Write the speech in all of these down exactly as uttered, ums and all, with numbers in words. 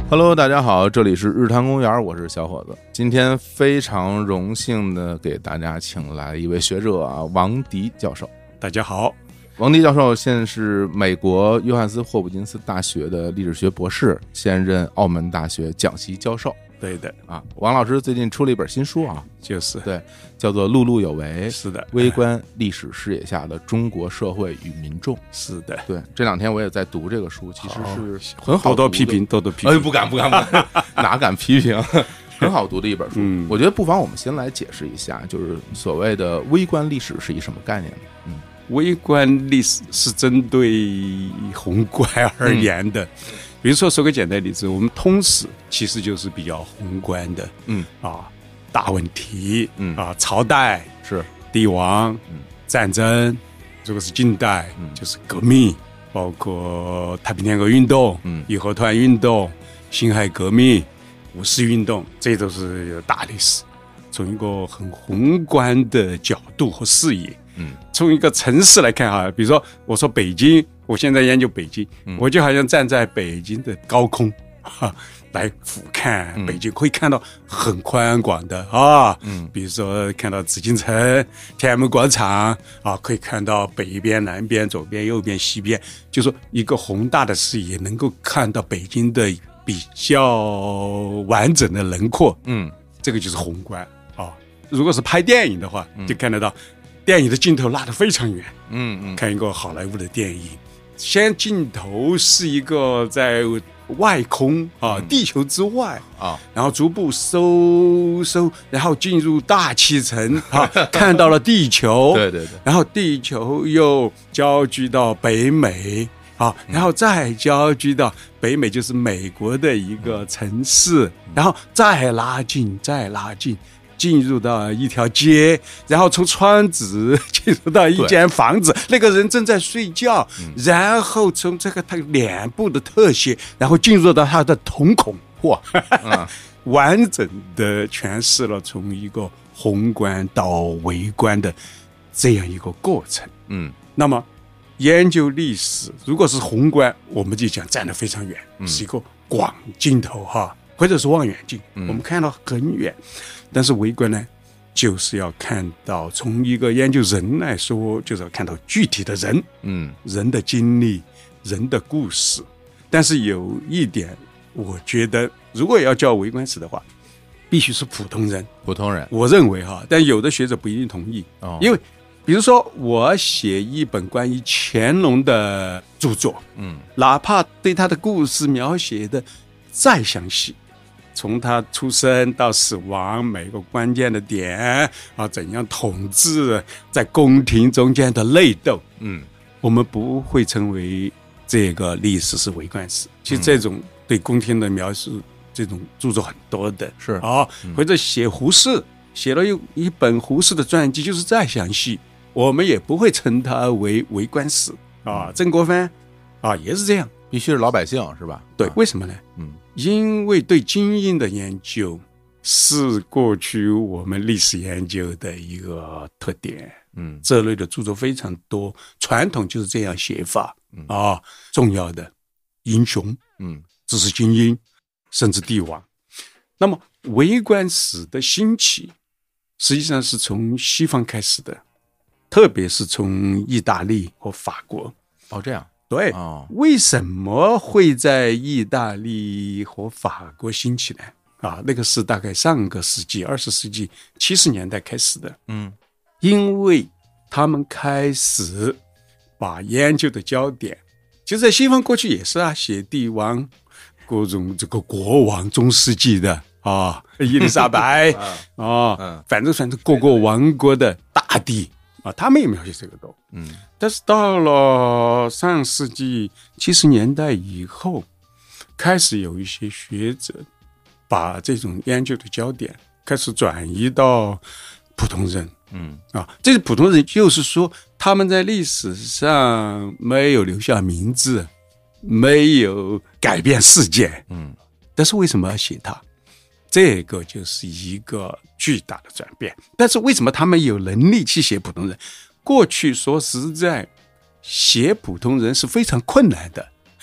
Hello， 大家好，这里是日坛公园，我是小伙子。今天非常荣幸的给大家请来一位学者啊，王迪教授。 大家好， 王迪教授现是美国约翰斯霍普金斯大学的历史学博士，现任澳门大学讲席教授。 对的啊，王老师最近出了一本新书啊， 就是对，叫做《碌碌有为》， 是的， 微观历史视野下的中国社会与民众。 是的， 对，这两天我也在读这个书，其实是很好读的，多多批评，多多批评。 哎，不敢不敢不敢，哪敢批评？很好读的一本书。嗯，我觉得不妨我们先来解释一下，就是所谓的微观历史是一什么概念呢？嗯， 微观历史是针对宏观而言的。嗯，比如说，说个简单例子，我们通史其实就是比较宏观的，嗯啊，大问题，嗯啊，朝代是帝王，嗯，战争，这个是近代，嗯，就是革命，包括太平天国运动，嗯，义和团运动，辛亥革命，五四运动，这都是大历史，从一个很宏观的角度和视野，嗯，从一个城市来看哈，比如说我说北京。我现在研究北京，嗯，我就好像站在北京的高空哈来俯瞰北京，嗯，会看到很宽广的啊，嗯，比如说看到紫禁城、天安门广场啊，可以看到北边、南边、左边、右边、西边，就说一个宏大的视野，能够看到北京的比较完整的轮廓，嗯，这个就是宏观啊。如果是拍电影的话，就看得到电影的镜头拉得非常远，嗯嗯，看一个好莱坞的电影。先镜头是一个在外空啊，地球之外啊，然后逐步收收，然后进入大气层啊，看到了地球， 对对对， 然后地球又焦距到北美啊，然后再焦距到北美，就是美国的一个城市，然后再拉近，再拉近。进入到一条街，然后从窗子进入到一间房子，那个人正在睡觉，嗯，然后从这个他脸部的特写，然后进入到他的瞳孔，哇，嗯，完整的诠释了从一个宏观到微观的这样一个过程。嗯，那么研究历史，如果是宏观，我们就讲站得非常远，嗯，是一个广镜头哈，或者是望远镜，嗯，我们看到很远。但是微观呢，就是要看到从一个研究人来说，就是要看到具体的人，嗯，人的经历，人的故事。但是有一点，我觉得如果要叫微观史的话，必须是普通人， 普通人。 我认为哈，但有的学者不一定同意，哦，因为比如说我写一本关于乾隆的著作，嗯，哪怕对他的故事描写的再详细。从他出生到死亡，每个关键的点啊，怎样统治，在宫廷中间的内斗，嗯，我们不会称为这个历史是微观史。其实这种对宫廷的描述，这种著作很多的， 是啊，或者写胡适，写了一一本胡适的传记，就是再详细，我们也不会称它为微观史啊。曾国藩啊，也是这样。 必须是老百姓是吧？ 对，为什么呢？嗯，因为对精英的研究是过去我们历史研究的一个特点。嗯，这类的著作非常多，传统就是这样写法，嗯，啊，重要的英雄，嗯，知识精英，甚至帝王。那么微观史的兴起，实际上是从西方开始的，特别是从意大利和法国。 哦，这样。 对，哦，为什么会在意大利和法国兴起呢？啊，那个是大概上个世纪二十世纪七十年代开始的。嗯，因为他们开始把研究的焦点，其实在西方过去也是啊，写帝王，各种这个国王，中世纪的啊，伊丽莎白啊，嗯，反正反正各个王国的大帝。啊，他们也描写这个都，嗯，但是到了上世纪七十年代以后，开始有一些学者把这种研究的焦点开始转移到普通人，嗯，啊，这是普通人，就是说他们在历史上没有留下名字，没有改变事件，嗯，但是为什么要写它？这个就是一个巨大的转变。但是为什么他们有能力去写普通人？过去说实在，写普通人是非常困难的，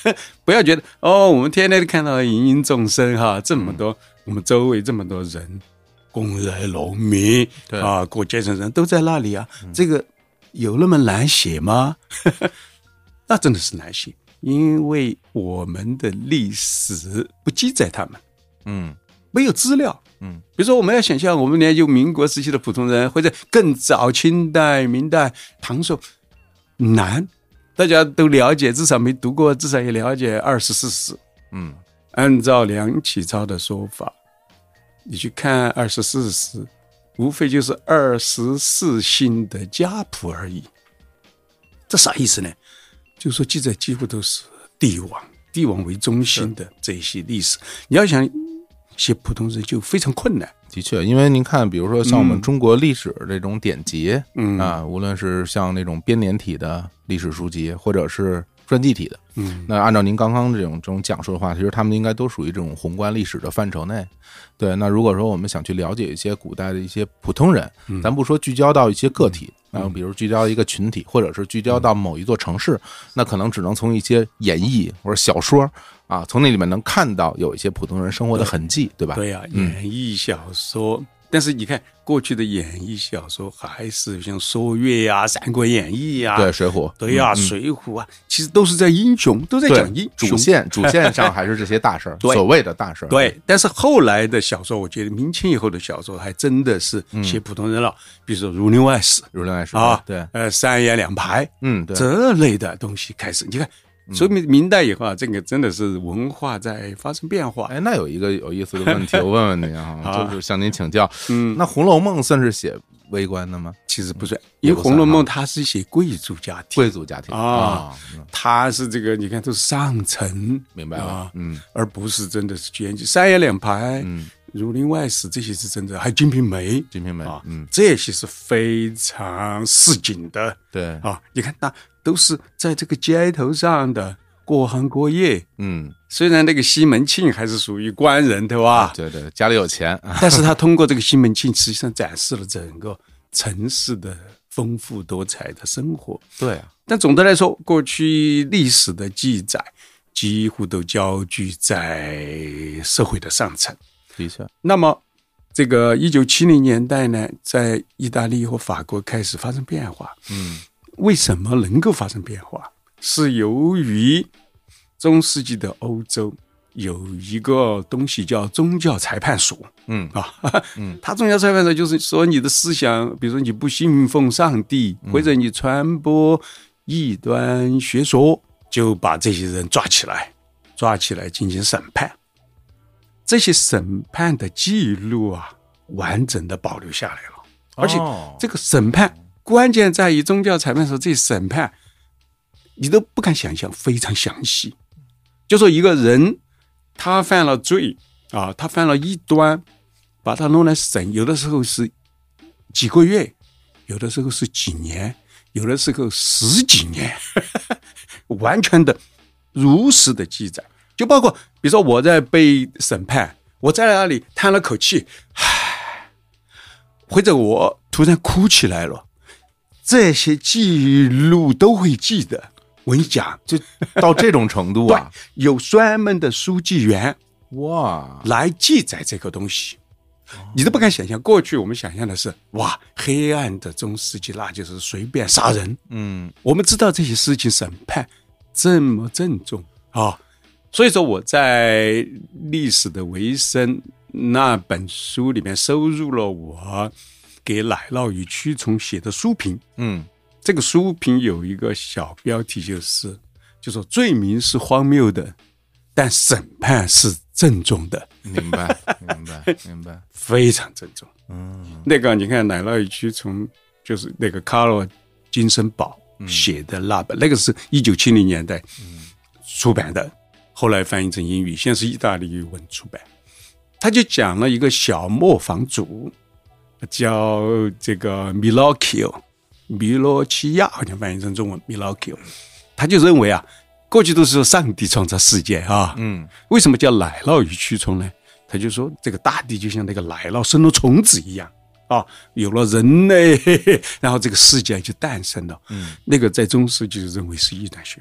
不要觉得哦，我们天天看到芸芸众生哈，这么多，我们周围这么多人，工人、农民啊，过阶层人都在那里啊，嗯、这个有那么难写吗？那真的是难写，因为我们的历史不记载他们，嗯，没有资料。嗯，比如说我们要想象，我们连就民国时期的普通人，或者更早清代、明代、唐宋难，大家都了解，至少没读过，至少也了解二十四史。嗯，按照梁启超的说法，你去看二十四史，无非就是二十四姓的家谱而已。这啥意思呢？就是说记载几乎都是帝王，帝王为中心的这些历史。你要想写普通人就非常困难。 的确，因为您看，比如说像我们中国历史这种典籍，嗯啊，无论是像那种编年体的历史书籍，或者是传记体的，嗯，那按照您刚刚这种这种讲述的话，其实他们应该都属于这种宏观历史的范畴内。对，那如果说我们想去了解一些古代的一些普通人，嗯、咱不说聚焦到一些个体，然后比如聚焦一个群体，或者是聚焦到某一座城市，那可能只能从一些演义或者小说啊，从那里面能看到有一些普通人生活的痕迹， 对, 对吧？ 对呀、啊，演义小说。嗯，但是你看过去的演义小说还是像说岳啊、三国演义啊， 对，水浒， 对呀、啊嗯、水浒啊，其实都是在英雄，都在讲英雄， 主线主线上还是这些大事儿，所谓的大事儿。 对，但是后来的小说，我觉得明清以后的小说还真的是写普通人了，嗯、比如说《儒林外史》，《 儒林外史》 啊， 对， 呃，三言两拍， 嗯，对， 这类的东西开始，你看。说明明代以后啊，这个真的是文化在发生变化。 哎，那有一个有意思的问题，我问问您啊，就是向您请教。嗯，那《红楼梦》算是写微观的吗？ 其实不算，因为《红楼梦》它是写贵族家庭， 贵族家庭啊， 它是这个你看都是上层， 明白了，嗯， 而不是真的是卷起三言两拍，嗯。《儒林外史》这些是真的，还有《金瓶梅》，《 金瓶梅》啊，嗯， 这些是非常市井的， 对啊，你看那都是在这个街头上的过行过业，嗯，虽然那个西门庆还是属于官人，对吧？ 对对，家里有钱， 但是他通过这个西门庆，实际上展示了整个城市的丰富多彩的生活。 对啊， 但总的来说，过去历史的记载几乎都焦聚在社会的上层。 的确， 那么这个一九七零年代呢，在意大利和法国开始发生变化。嗯，为什么能够发生变化？是由于中世纪的欧洲有一个东西叫宗教裁判所。嗯啊，嗯，他宗教裁判所就是说你的思想，比如说你不信奉上帝，或者你传播异端学说，就把这些人抓起来，抓起来进行审判。这些审判的记录啊，完整的保留下来了，而且这个审判、哦、关键在于宗教裁判所这审判，你都不敢想象，非常详细。就说一个人他犯了罪啊，他犯了异端，把他弄来审，有的时候是几个月，有的时候是几年，有的时候十几年，完全的如实的记载。就包括比如说我在被审判，我在那里叹了口气，唉，或者我突然哭起来了，这些记录都会记得。我跟你讲， 就到这种程度啊， 有专门的书记员哇来记载这个东西，你都不敢想象。过去我们想象的是哇，黑暗的中世纪那就是随便杀人，嗯，我们知道这些事情审判这么郑重啊。所以说我在历史的维生那本书里面收入了我给奶酪与蛆虫写的书评。嗯，这个书评有一个小标题，就是就说罪名是荒谬的，但审判是郑重的。 明白明白明白， 非常郑重。嗯，那个你看奶酪与蛆虫就是那个卡罗金森堡写的那本、嗯、那个是一九七零年代出版的，后来翻译成英语，现在是意大利文出版。他就讲了一个小磨坊主，叫这个米洛奇奥，米洛奇亚，好像翻译成中文米洛奇奥。他就认为啊，过去都是说上帝创造世界啊，嗯，为什么叫奶酪与蛆虫呢？他就说这个大地就像那个奶酪生了虫子一样啊，有了人类，然后这个世界就诞生了。嗯，那个在中世纪就认为是异端学说。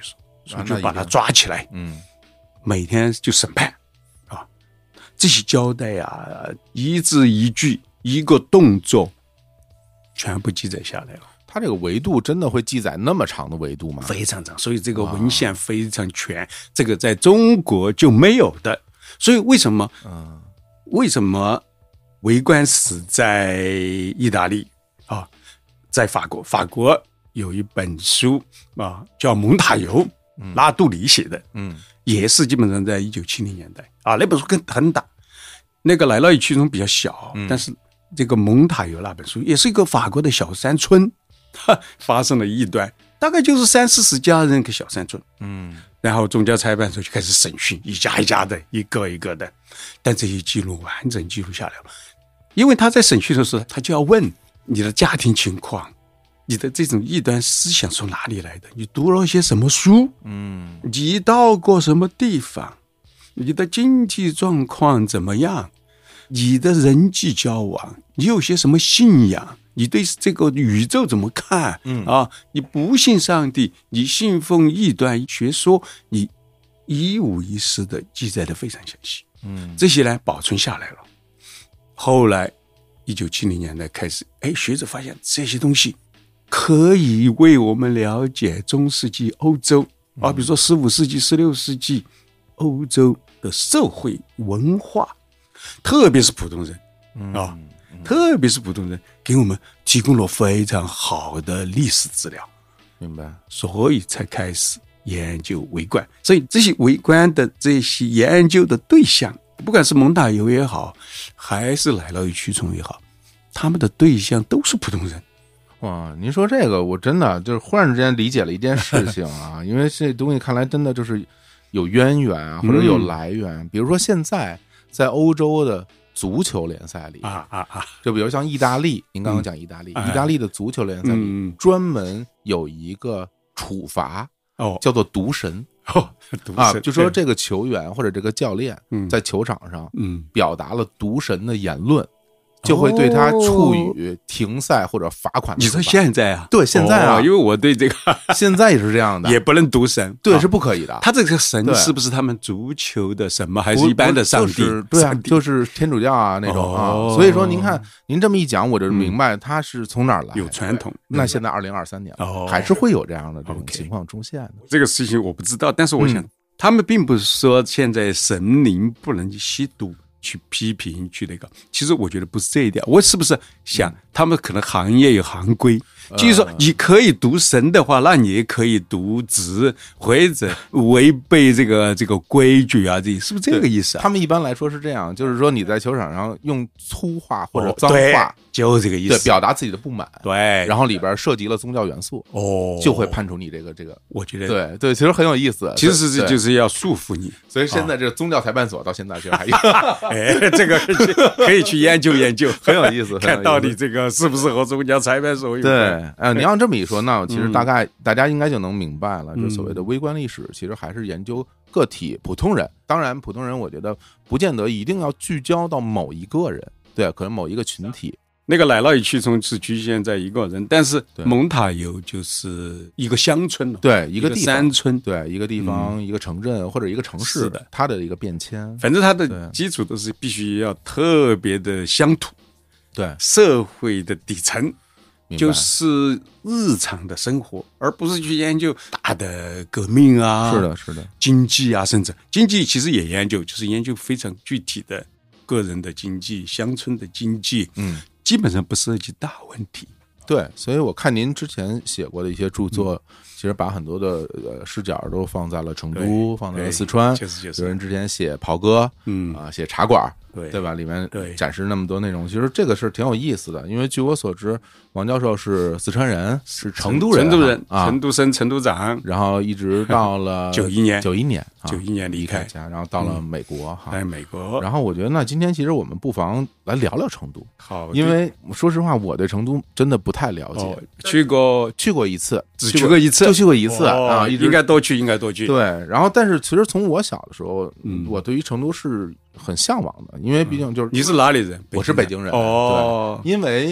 所以就把他抓起来， 嗯， 每天就审判啊，这些交代啊，一字一句一个动作全部记载下来了。 它这个维度真的会记载那么长的维度吗？ 非常长，所以这个文献非常全，这个在中国就没有的。所以为什么？嗯，为什么为官史在意大利啊，在法国？法国有一本书啊，叫《蒙塔尤》，拉杜里写的，嗯，也是基本上在一九七零年代啊。那本书更很大，那个来了一区中比较小，嗯、但是这个蒙塔尤那本书也是一个法国的小山村。发生了异端，大概就是三四十家人个小山村，嗯，然后宗教裁判所就开始审讯，一家一家的，一个一个的，但这些记录完整记录下来了，因为他在审讯的时候，他就要问你的家庭情况，你的这种异端思想从哪里来的？你读了些什么书？嗯，你到过什么地方？你的经济状况怎么样？你的人际交往，你有些什么信仰？你对这个宇宙怎么看？嗯啊，你不信上帝，你信奉异端学说，你一五一十的记载的非常详细。嗯，这些呢保存下来了。后来一九七零年代开始，哎，学者发现这些东西可以为我们了解中世纪欧洲啊，比如说十五世纪、十六世纪欧洲的社会文化，特别是普通人、嗯、啊。特别是普通人给我们提供了非常好的历史资料， 明白？ 所以才开始研究微观。所以这些微观的这些研究的对象，不管是蒙塔尤也好，还是来了与蛆虫也好，他们的对象都是普通人。 哇，您说这个我真的就是忽然之间理解了一件事情啊，因为这东西看来真的就是有渊源啊，或者有来源。嗯、比如说现在在欧洲的足球联赛里啊啊啊， 就比如像意大利，您刚刚讲意大利，嗯、意大利的足球联赛里、嗯、专门有一个处罚，哦，叫做毒神。 哦，毒神啊，就说这个球员或者这个教练在球场上，嗯，表达了毒神的言论。就会对他处以停赛或者罚款的。 你说现在啊？ 对，现在啊， 哦、因为我对这个现在也是这样的， 也不能毒神， 对，是不可以的。 他这个神是不是他们足球的什么，还是一般的上帝？ 就是对啊，就是天主教啊那种啊。哦、所以说，您看您这么一讲，我就明白他是从哪儿来， 有传统。 那现在二零二三年了，哦、还是会有这样的这种情况出现的。 这个事情我不知道，但是我想，嗯、他们并不是说现在神灵不能吸毒。去批评去那个，其实我觉得不是这一点。我是不是想，他们可能行业有行规，嗯、就是说你可以读神的话，那你也可以读职或者违背这个这个规矩啊，这是不是这个意思啊？ 他们一般来说是这样，就是说你在球场上用粗话或者脏话， 哦、就是这个意思， 对，表达自己的不满， 对， 然后里边涉及了宗教元素， 哦， 就会判处你这个这个。 我觉得对对，其实很有意思， 其实这就是要束缚你。 所以现在这个宗教裁判所到现在其实还有。 哎，这个可以去研究研究， 很有意思， 看到底这个适不适合宗教裁判所用。 对，呃，你要这么一说，那其实大概、嗯、大家应该就能明白了，就所谓的微观历史，其实还是研究个体普通人。当然，普通人我觉得不见得一定要聚焦到某一个人，对，可能某一个群体。 那个来了与蛆虫是局限在一个人，但是蒙塔尤就是一个乡村， 对，一个地方山村， 对，一个地方、嗯、一个城镇或者一个城市的它的一个变迁， 反正它的基础都是必须要特别的乡土， 对， 社会的底层，就是日常的生活，而不是去研究大的革命啊， 是的，是的， 经济啊，甚至经济其实也研究，就是研究非常具体的个人的经济、乡村的经济，嗯。基本上不涉及大问题， 对，所以我看您之前写过的一些著作，嗯、其实把很多的呃视角都放在了成都，放在了四川， 确实确实。 有人之前写袍哥，嗯啊、呃，写茶馆， 对对吧？里面展示那么多内容，其实这个是挺有意思的，因为据我所知，王教授是四川人，是成都人， 成都人啊， 成都省成都长， 然后一直到了九一年， 九一年， 九一年离开家，然后到了美国哈， 在美国。 然后我觉得，那今天其实我们不妨来聊聊成都， 好， 因为说实话，我对成都真的不太了解， 哦、去过去过一次， 只去过一次， 就去过一次、 哦、 啊， 应该多去，应该多去。 对，然后但是其实从我小的时候，嗯，我对于成都是很向往的，因为毕竟就是、 嗯、你是哪里人？ 我是北京人哦， 对，因为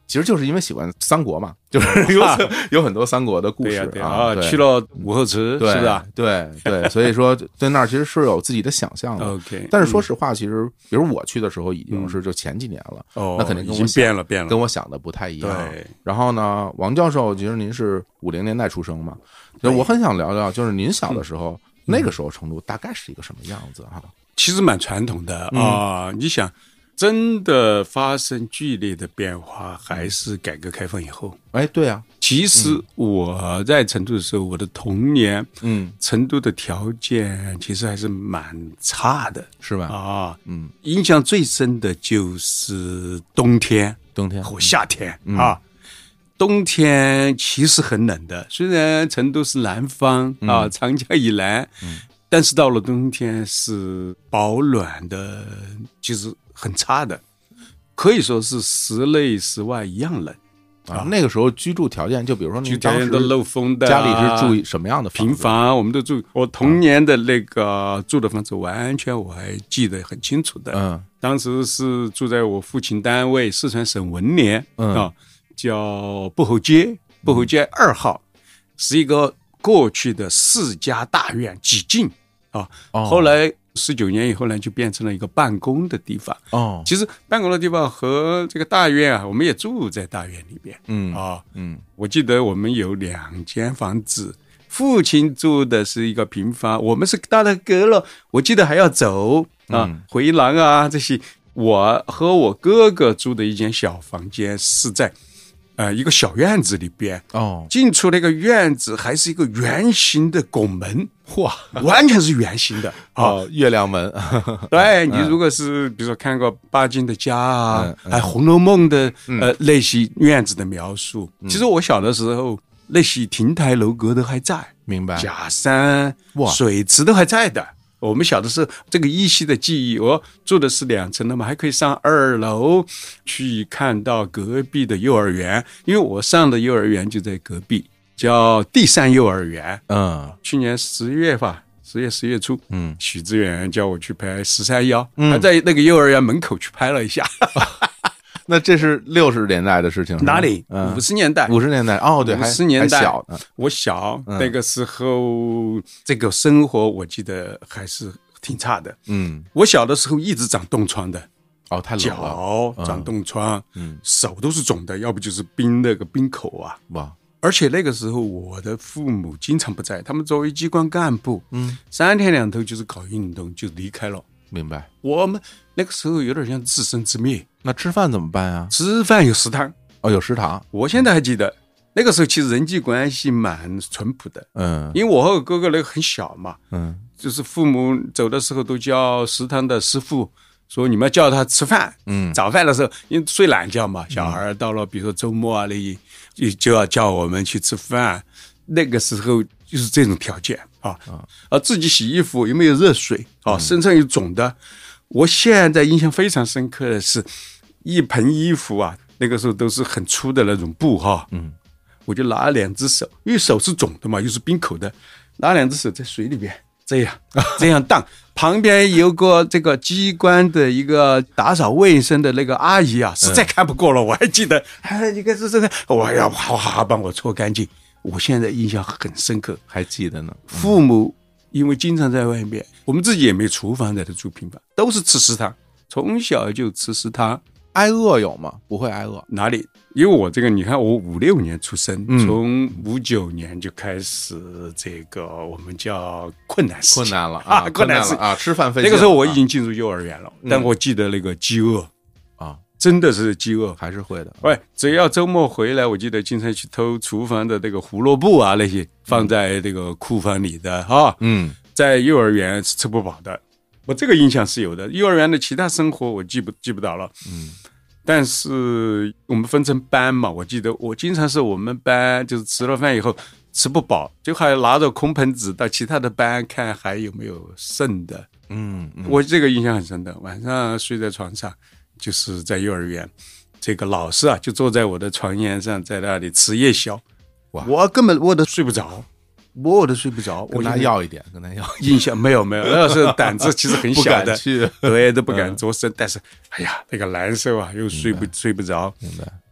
其实就是因为喜欢三国嘛，就是有有很多三国的故事啊。去了武后祠，是吧？ 对对，所以说对那儿其实是有自己的想象的。 OK， 但是说实话，其实比如我去的时候已经是就前几年了， 哦， 那肯定跟我已经变了变了， 跟我想的不太一样。 对。 然后呢，王教授，其实您是五零年代出生嘛，所以我很想聊聊，就是您小的时候那个时候成都大概是一个什么样子哈？ 其实蛮传统的啊，你想。真的发生剧烈的变化，还是改革开放以后？ 哎，对啊。 其实我在成都的时候，我的童年， 嗯， 成都的条件其实还是蛮差的， 是吧？ 啊， 嗯， 印象最深的就是冬天， 冬天和夏天、 嗯、 啊。冬天其实很冷的，虽然成都是南方、嗯、啊，长江以南，嗯，但是到了冬天是保暖的，就是很差的，可以说是室内室外一样冷啊。那个时候居住条件，就比如说您当时都漏风的、啊， 家里是住什么样的房子？ 平房，我们都住。我童年的那个住的房子，完全我还记得很清楚的。嗯，当时是住在我父亲单位四川省文联、嗯、啊，叫薄厚街，薄厚街二号，嗯、是一个过去的世家大院几进啊，哦、后来。十九年以后呢，就变成了一个办公的地方。哦，其实办公的地方和这个大院啊，我们也住在大院里边。嗯啊、哦，嗯，我记得我们有两间房子，父亲住的是一个平房，我们是到了阁楼，我记得还要走啊，嗯、回廊啊这些。我和我哥哥住的一间小房间是在。呃，一个小院子里边哦，进出那个院子还是一个圆形的拱门，哇，完全是圆形的哦，月亮门。 对，你如果是比如说看过巴金的家啊，嗯嗯、还《红楼梦》的呃那些院子的描述，嗯、其实我小的时候那些亭台楼阁都还在， 明白？ 假山、水池都还在的。我们小的时候，这个依稀的记忆，我住的是两层的嘛，还可以上二楼去看到隔壁的幼儿园，因为我上的幼儿园就在隔壁，叫第三幼儿园。嗯，去年十月吧，十月十月初，嗯，许知远叫我去拍十三幺，嗯，还在那个幼儿园门口去拍了一下。 那这是六十年代的事情， 哪里？五十年代， 五十年代哦，对， 五十年代， 小， 我小、嗯、那个时候，这个生活我记得还是挺差的。嗯，我小的时候一直长冻疮的， 哦，太冷了， 脚长冻疮，嗯，手都是肿的，要不就是冰那个冰口啊，哇！而且那个时候我的父母经常不在，他们作为机关干部，嗯，三天两头就是搞运动就离开了。 明白， 我们那个时候有点像自生自灭。 那吃饭怎么办啊？ 吃饭有食堂哦，有食堂。 我现在还记得那个时候，其实人际关系蛮淳朴的。嗯，因为我和我哥哥那个很小嘛，嗯，就是父母走的时候都叫食堂的师傅说你们叫他吃饭。嗯，早饭的时候因为睡懒觉嘛，小孩到了比如说周末啊那就就要叫我们去吃饭。那个时候就是这种条件啊，啊，自己洗衣服有没有热水啊，身上有肿的。我现在印象非常深刻的是，一盆衣服啊，那个时候都是很粗的那种布哈，嗯，我就拿两只手，因为手是肿的嘛，又是冰口的，拿两只手在水里边这样这样荡，旁边有个这个机关的一个打扫卫生的那个阿姨啊，实在看不过了，我还记得，哎，你看这这个，我要哗哗帮我搓干净。我现在印象很深刻， 还记得呢。 父母因为经常在外面，我们自己也没厨房，在这住平房，都是吃食堂，从小就吃食堂。 挨饿有吗？不会挨饿， 哪里？因为我这个，你看我五六年出生，嗯、从五九年就开始这个我们叫困难时期， 困难了啊，困难了啊，吃饭费。 那个时候我已经进入幼儿园了，嗯、但我记得那个饥饿啊。真的是饥饿， 还是会的。 喂，只要周末回来，我记得经常去偷厨房的那个胡萝卜啊，那些放在这个库房里的哈。嗯，在幼儿园是吃不饱的，我这个印象是有的。幼儿园的其他生活我记不记不到了。嗯，但是我们分成班嘛，我记得我经常是我们班就是吃了饭以后吃不饱，就还拿着空盆子到其他的班看还有没有剩的。嗯，嗯我这个印象很深的，晚上睡在床上。就是在幼儿园，这个老师啊，就坐在我的床沿上，在那里吃夜宵。我根本我都睡不着，我都睡不着。 跟他要一点，跟他要印象没有没有，那时候胆子其实很小的， 去对，都不敢作声。嗯、但是，哎呀，那个难受啊，又睡不、嗯、睡不着。明白。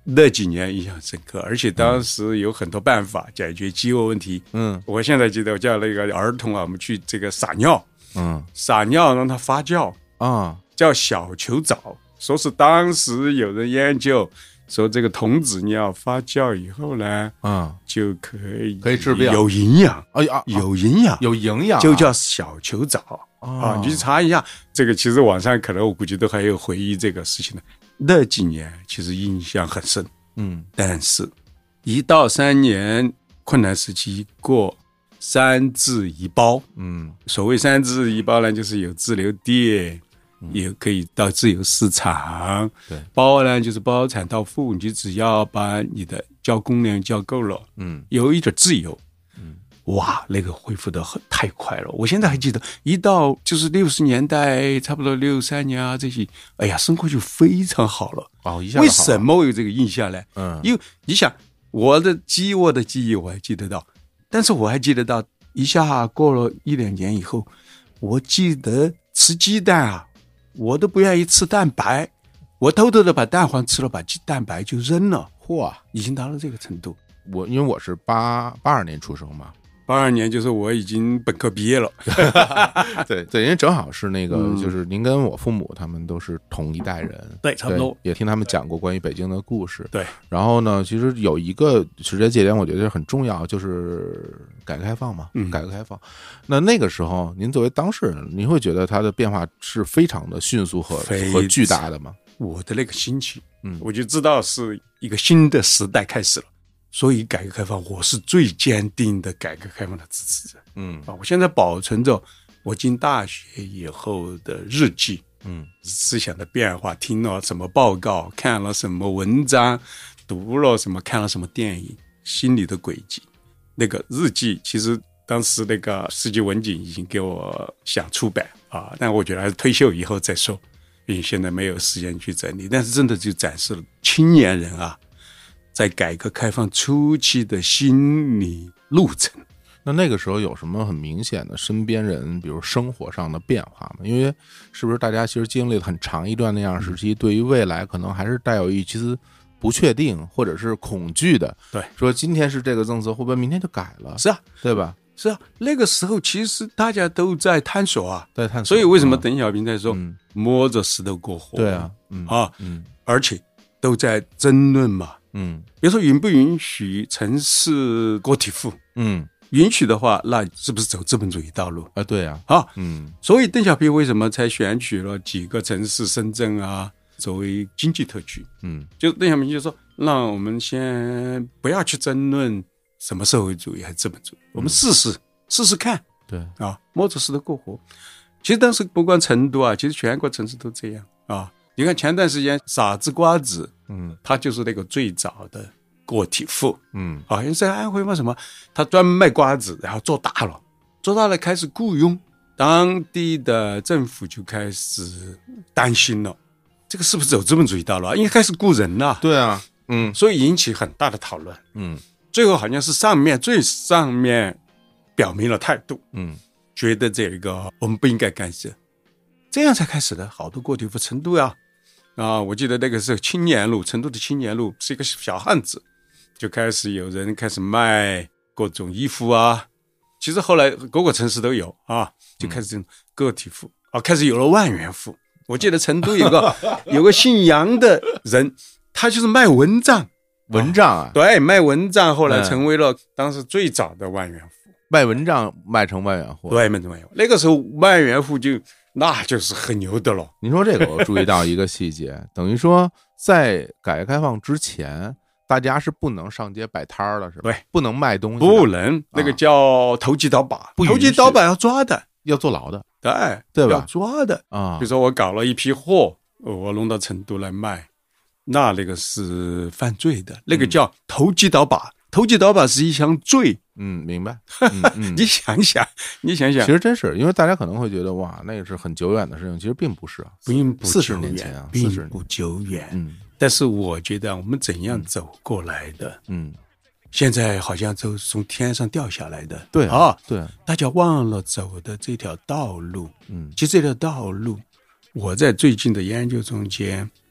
那几年印象深刻，而且当时有很多办法解决饥饿问题。嗯，我现在记得我叫那个儿童啊，我们去这个撒尿，嗯，撒尿让它发酵啊，叫小球藻。说是当时有人研究说，这个童子尿发酵以后呢，嗯，就可以可以治病， 有营养。哎呀，有营养， 有营养， 就叫小球藻啊。你去查一下，这个其实网上可能我估计都还有回忆这个事情的。那几年其实印象很深，嗯，但是一到三年困难时期过，三自一包，嗯，所谓三自一包呢，就是有自留地，嗯、也可以到自由市场，对，包呢就是包产到付，你就只要把你的交公粮交够了，嗯，有一点自由，嗯。哇，那个恢复的很太快了！我现在还记得，一到就是六十年代，差不多六三年啊这些，哎呀，生活就非常好了。哦，一下好了。为什么我有这个印象呢？嗯，因为你想，我的饥饿的记忆我还记得到，但是我还记得到，一下过了一两年以后，我记得吃鸡蛋啊，我都不愿意吃蛋白，我偷偷的把蛋黄吃了，把蛋白就扔了。嚯，已经到了这个程度。 我因为我是八八二年出生嘛。 八二年就是我已经本科毕业了， 对对，因为正好是那个，嗯、就是您跟我父母他们都是同一代人， 对，差不多， 也听他们讲过关于北京的故事， 对。 然后呢，其实有一个时间节点，我觉得很重要，就是改革开放嘛，嗯、改革开放。那那个时候，您作为当事人，您会觉得它的变化是非常的迅速和和巨大的吗？ 我的那个心情，嗯，我就知道是一个新的时代开始了。所以改革开放，我是最坚定的改革开放的支持者。嗯啊，我现在保存着我进大学以后的日记，嗯，思想的变化，听了什么报告，看了什么文章，读了什么，看了什么电影，心理的轨迹。那个日记，其实当时那个世纪文景已经给我想出版啊，但我觉得还是退休以后再说，因为现在没有时间去整理。但是真的就展示了青年人啊，在改革开放初期的心理路程。 那那个时候有什么很明显的身边人比如生活上的变化吗？因为是不是大家其实经历了很长一段那样时期，对于未来可能还是带有一丝不确定或者是恐惧的。 对， 说今天是这个政策，会不会明天就改了？ 是啊， 对吧？ 是啊，那个时候其实大家都在探索啊， 在探索。 所以为什么邓小平在说、嗯、摸着石头过河？ 对啊，嗯啊，嗯，而且都在争论嘛。嗯，比如说允不允许城市个体户？嗯，允许的话，那是不是走资本主义道路啊？对啊， 啊，嗯，所以邓小平为什么才选取了几个城市，深圳啊，作为经济特区？嗯，就邓小平就说，让我们先不要去争论什么社会主义还是资本主义，我们试试、嗯、试试看。 对啊，摸着石头过河。其实当时不光成都啊，其实全国城市都这样啊。你看前段时间傻子瓜子，嗯，他就是那个最早的个体户，嗯，好像在安徽嘛什么，他专门卖瓜子，然后做大了，做大了开始雇佣，当地的政府就开始担心了，这个是不是走资本主义道路啊？因为开始雇人了， 对啊，嗯， 所以引起很大的讨论，嗯，最后好像是上面最上面表明了态度，嗯，觉得这个我们不应该干涉，这样才开始的好多个体户，成都呀。啊，我记得那个时候青年路，成都的青年路是一个小巷子，就开始有人开始卖各种衣服啊。其实后来各个城市都有啊，就开始这种个体户、嗯、啊，开始有了万元户。我记得成都有个有个姓杨的人，他就是卖蚊帐， 蚊帐啊， 对，卖蚊帐，后来成为了当时最早的万元户。 卖蚊帐卖成万元户， 对，卖成万元户。那个时候万元户就。那就是很牛的了。 您说这个，我注意到一个细节，等于说在改革开放之前，大家是不能上街摆摊了，是吧？ 对， 不能卖东西， 不能，那个叫投机倒把，投机倒把要抓的， 要坐牢的， 对对吧？ 要抓的啊。 比如说我搞了一批货，我弄到成都来卖，那那个是犯罪的，那个叫投机倒把。投机倒把是一项罪， 嗯，明白。嗯嗯、 你想想，你想想， 其实真是，因为大家可能会觉得哇，那个是很久远的事情，其实并不是啊， 并不四十年前啊， 并不久远。嗯，但是我觉得我们怎样走过来的，嗯，现在好像都是从天上掉下来的， 对啊，对啊， 大家忘了走的这条道路，嗯，其实这条道路，我在最近的研究中间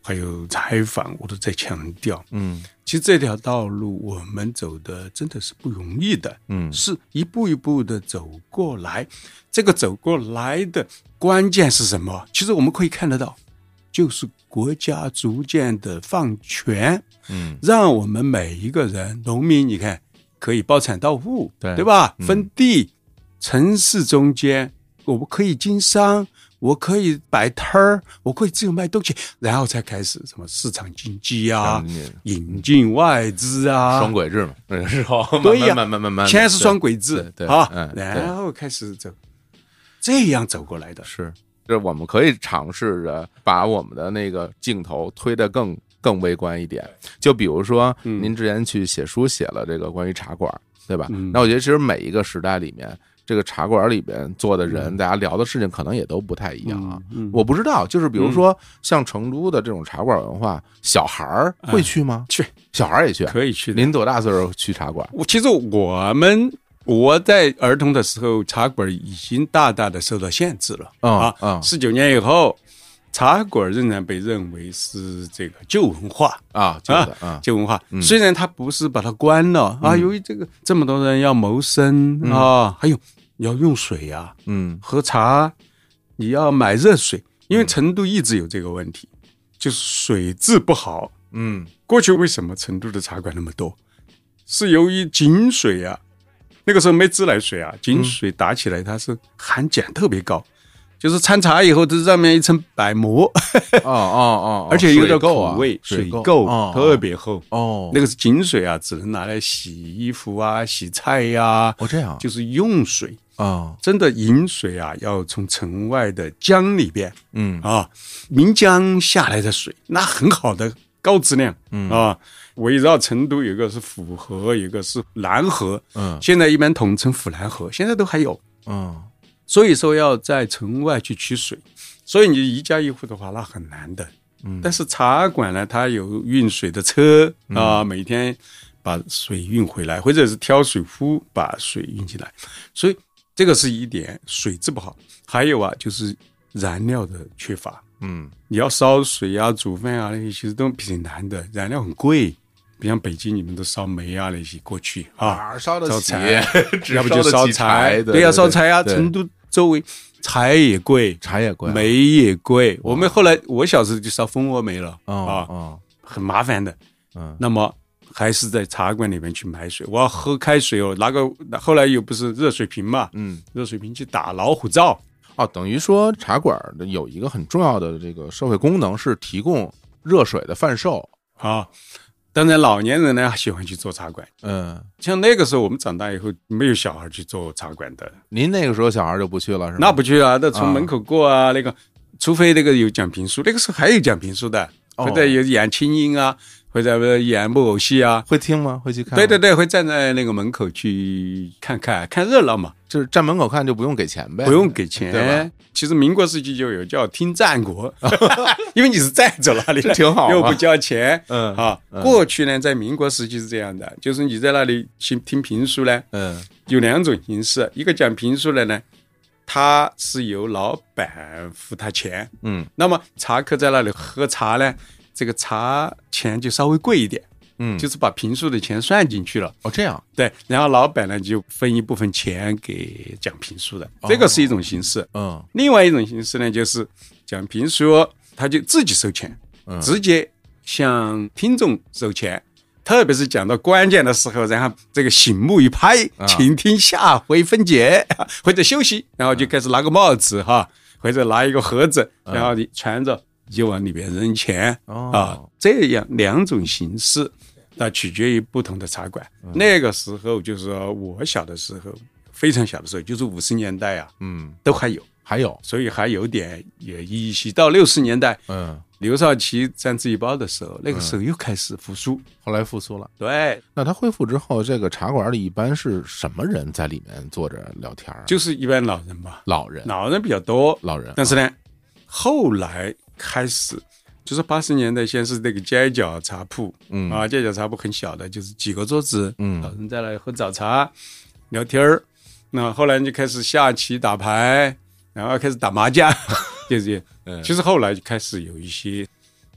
还有采访，我都在强调，嗯，其实这条道路我们走的真的是不容易的，嗯，是一步一步的走过来。这个走过来的关键是什么？其实我们可以看得到，就是国家逐渐的放权，嗯，让我们每一个人，农民，你看可以包产到户，对对吧？嗯、分地，城市中间我们可以经商。我可以摆摊儿，我可以自由卖东西，然后才开始什么市场经济啊，引进外资啊， 双轨制嘛，是吧？ 对呀， 慢慢慢慢， 现在是双轨制啊， 嗯， 然后开始走，这样走过来的。 是，这我们可以尝试着把我们的那个镜头推得更更微观一点。就比如说，您之前去写书写了这个关于茶馆，对吧？那我觉得其实每一个时代里面。这个茶馆里边坐的人，大家聊的事情可能也都不太一样啊。嗯嗯、我不知道，就是比如说像成都的这种茶馆文化，小孩儿会去吗？ 嗯、去， 小孩也去， 可以去。 您多大岁数去茶馆？ 我其实我们我在儿童的时候，茶馆已经大大的受到限制了、嗯、啊。嗯，十九年以后，茶馆仍然被认为是这个旧文化啊，旧的啊， 旧文化。嗯、虽然它不是把它关了、嗯、啊，由于这个这么多人要谋生、嗯、啊，还有。要用水呀、啊，嗯，喝茶你要买热水，因为成都一直有这个问题，就是水质不好。嗯，过去为什么成都的茶馆那么多？是由于井水啊，那个时候没自来水啊，井水打起来它是含碱特别高，就是掺茶以后这上面一层白膜。 哦哦哦， 而且有点苦味， 水垢、哦、特别厚。哦，那个是井水啊，只能拿来洗衣服啊、洗菜呀、啊。 哦，这样， 就是用水。 啊、哦， 真的饮水啊，要从城外的江里边，嗯啊，岷江下来的水，那很好的高质量，嗯啊，围绕成都有一个是府河，有一个是蓝河，嗯，现在一般统称府蓝河，现在都还有，嗯，所以说要在城外去取水，所以你一家一户的话，那很难的，嗯，但是茶馆呢，它有运水的车啊、嗯，每天把水运回来，或者是挑水夫把水运进来，所以。这个是一点，水质不好，还有啊，就是燃料的缺乏。嗯，你要烧水啊、煮饭啊那些，其实都挺难的，燃料很贵。比像北京，你们都烧煤啊那些过去啊， 烧得起， 要不就烧柴，对呀、啊，烧柴啊。成都周围柴也贵， 柴也贵， 煤也贵。我们后来我小时候就烧蜂窝煤了、 哦、 啊、 哦， 很麻烦的。嗯，那么。还是在茶馆里面去买水，我要喝开水哦。拿个后来又不是热水瓶嘛，嗯，热水瓶去打老虎灶哦，等于说茶馆有一个很重要的这个社会功能是提供热水的贩售啊。当然老年人呢喜欢去做茶馆，嗯，像那个时候我们长大以后没有小孩去做茶馆的。 您那个时候小孩就不去了是吗？ 那不去啊，那从门口过啊，啊那个除非那个有讲评书，那个时候还有讲评书的，或者有演青音啊。或者演木偶戏啊， 会听吗？会去看？ 对对对，会站在那个门口去看看看热闹嘛。 就是站门口看就不用给钱呗， 不用给钱，对吧？其实民国时期就有叫听战国，因为你是站着那里， 挺好， 又不交钱。嗯啊，过去呢，在民国时期是这样的，就是你在那里听听评书呢，嗯，有两种形式，一个讲评书的呢。他是由老板付他钱，嗯，那么茶客在那里喝茶呢，这个茶钱就稍微贵一点，嗯，就是把评书的钱算进去了。 哦，这样， 对，然后老板呢就分一部分钱给讲评书的，这个是一种形式。嗯，另外一种形式呢，就是讲评书，他就自己收钱，嗯，直接向听众收钱。特别是讲到关键的时候，然后这个醒目一拍，请听下回分解，啊、或者休息，然后就开始拿个帽子哈，或者拿一个盒子，然后你传着就往里边扔钱、嗯、啊，这样两种形式，那取决于不同的茶馆。嗯、那个时候就是说我小的时候，非常小的时候，就是五十年代啊，嗯，都还有， 还有， 所以还有点也依稀。到六十年代，嗯。刘少奇战自己包的时候，那个时候又开始复苏、嗯， 后来复苏了。 对， 那他恢复之后，这个茶馆里一般是什么人在里面坐着聊天、啊？ 就是一般老人嘛， 老人， 老人比较多， 老人。 但是呢，后来开始就是八十年代，先是那个街角茶铺，嗯啊，街角茶铺很小的，就是几个桌子，嗯，老人在那里喝早茶、聊天儿。那后来就开始下棋、打牌，然后开始打麻将。就是，嗯，其实后来就开始有一些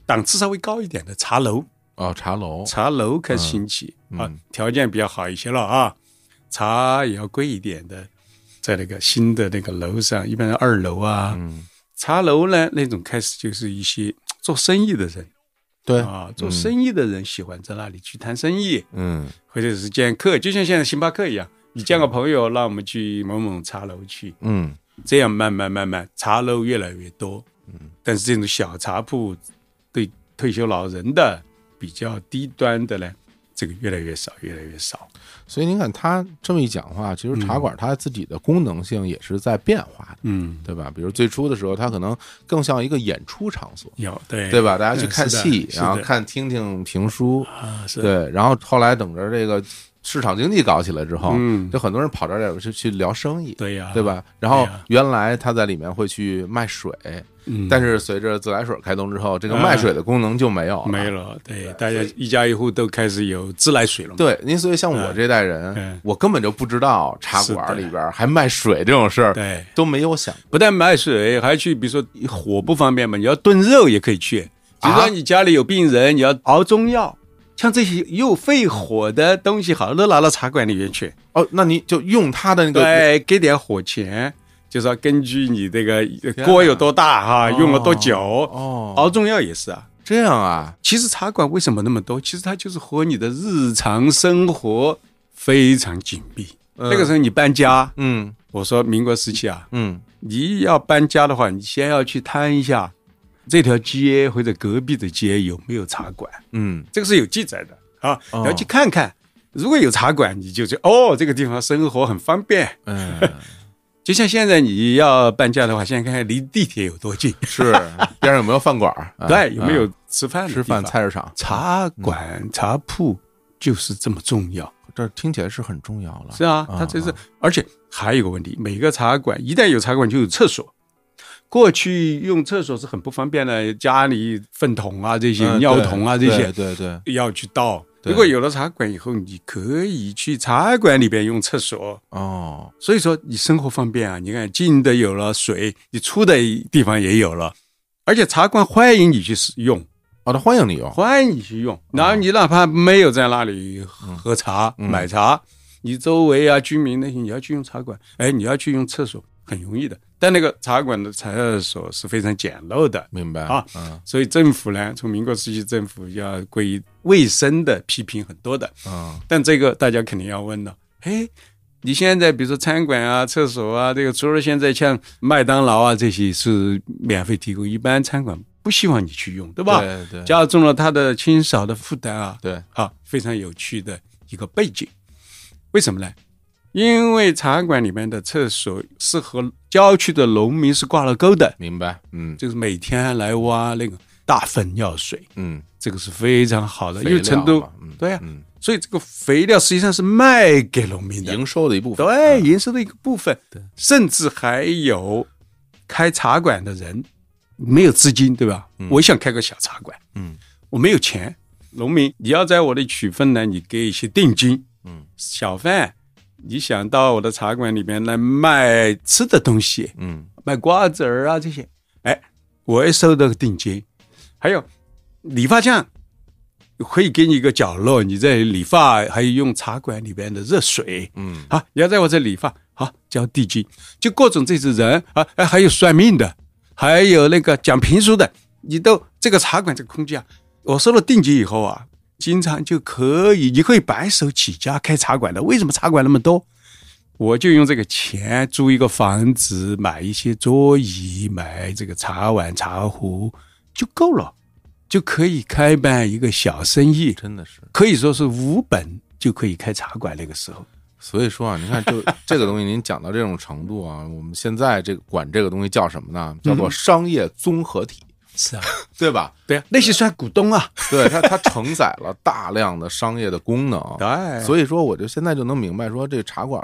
档次稍微高一点的茶楼。 哦，茶楼， 茶楼开始兴起、嗯、啊，条件比较好一些了啊，茶也要贵一点的，在那个新的那个楼上，一般二楼啊，嗯、茶楼呢那种开始就是一些做生意的人， 对啊，做生意的人喜欢在那里去谈生意， 嗯， 或者是见客，就像现在星巴克一样，你见个朋友，让我们去某某茶楼去， 嗯， 这样慢慢慢慢，茶楼越来越多，嗯，但是这种小茶铺对退休老人的。比较低端的呢，这个越来越少，越来越少。 所以您看他这么一讲话，其实茶馆它自己的功能性也是在变化的，嗯，对吧？比如最初的时候，它可能更像一个演出场所， 有对对吧？大家去看戏，然后看听听评书， 啊， 对。然后后来等着这个市场经济搞起来之后，嗯，就很多人跑这儿去去聊生意， 对呀， 对吧？然后原来他在里面会去卖水。嗯，但是随着自来水开通之后，这个卖水的功能就没有了， 没了。对，大家一家一户都开始有自来水了嘛。 对，您所以像我这代人，嗯、我根本就不知道茶馆里边还卖水这种事儿， 对， 都没有想。 不但卖水，还去，比如说火不方便嘛，你要炖肉也可以去。比如说你家里有病人，你要熬中药，像这些又费火的东西，好都拿到茶馆里面去。 哦，那你就用他的那个， 对，给点火钱。就是要根据你这个锅有多大哈、啊，用了多久哦，熬中药也是啊， 这样啊。 其实茶馆为什么那么多？其实它就是和你的日常生活非常紧密。嗯、那个时候你搬家，嗯，我说民国时期啊，嗯，你要搬家的话，你先要去探一下这条街或者隔壁的街有没有茶馆，嗯，这个是有记载的啊，你要去看看。如果有茶馆，你就觉得哦，这个地方生活很方便，嗯。就像现在你要搬家的话，现在看看离地铁有多近， 是边上有没有饭馆？ 对，有没有吃饭的吃饭菜市场？ 茶馆、嗯、茶铺就是这么重要， 这听起来是很重要了。 是啊，它这是，而且还有一个问题，每个茶馆一旦有茶馆就有厕所。过去用厕所是很不方便的，家里粪桶啊这些、嗯、尿桶啊这些， 对 对, 对, 对要去倒。如果有了茶馆以后，你可以去茶馆里边用厕所哦。所以说你生活方便啊，你看近的有了水，你出的地方也有了，而且茶馆欢迎你去使用。 哦，他欢迎你用， 欢迎你去用。然后你哪怕没有在那里喝茶、嗯、买茶，你周围啊居民那些你要去用茶馆，哎，你要去用厕所很容易的。但那个茶馆的厕所是非常简陋的， 明白啊？嗯，所以政府呢，从民国时期政府要关于卫生的批评很多的，嗯，但这个大家肯定要问了，哎，你现在比如说餐馆啊、厕所啊，这个除了现在像麦当劳啊这些是免费提供，一般餐馆不希望你去用，对吧？ 对对， 加重了他的清扫的负担啊， 对， 啊，非常有趣的一个背景，为什么呢？因为茶馆里面的厕所是和郊区的农民是挂了钩的， 明白？嗯， 就是每天来挖那个大粪尿水，嗯，这个是非常好的，因为成都， 嗯、 对呀、啊嗯，所以这个肥料实际上是卖给农民的， 营收的一部分， 对，营收的一个部分，对，甚至还有开茶馆的人没有资金，对吧？嗯、我想开个小茶馆，嗯，我没有钱，农民你要在我的取分呢，你给一些定金，嗯，小贩。你想到我的茶馆里面来卖吃的东西，嗯，卖瓜子儿啊这些，哎，我也收到定金。还有理发匠可以给你一个角落，你在理发，还有用茶馆里边的热水，嗯，好，你要在我这理发，好，交定金。就各种这些人啊，哎，还有算命的，还有那个讲评书的，你都这个茶馆这个空间啊，我收了定金以后啊。经常就可以，你可以白手起家开茶馆的。为什么茶馆那么多？我就用这个钱租一个房子，买一些桌椅，买这个茶碗、茶壶就够了，就可以开办一个小生意。 真的是可以说是无本就可以开茶馆。那个时候， 所以说啊，你看，就这个东西，您讲到这种程度啊，我们现在这个管这个东西叫什么呢？叫做商业综合体。 是啊， 对吧？ 对啊，那些算股东啊， 对它它承载了大量的商业的功能， 对， 所以说我就现在就能明白说，这茶馆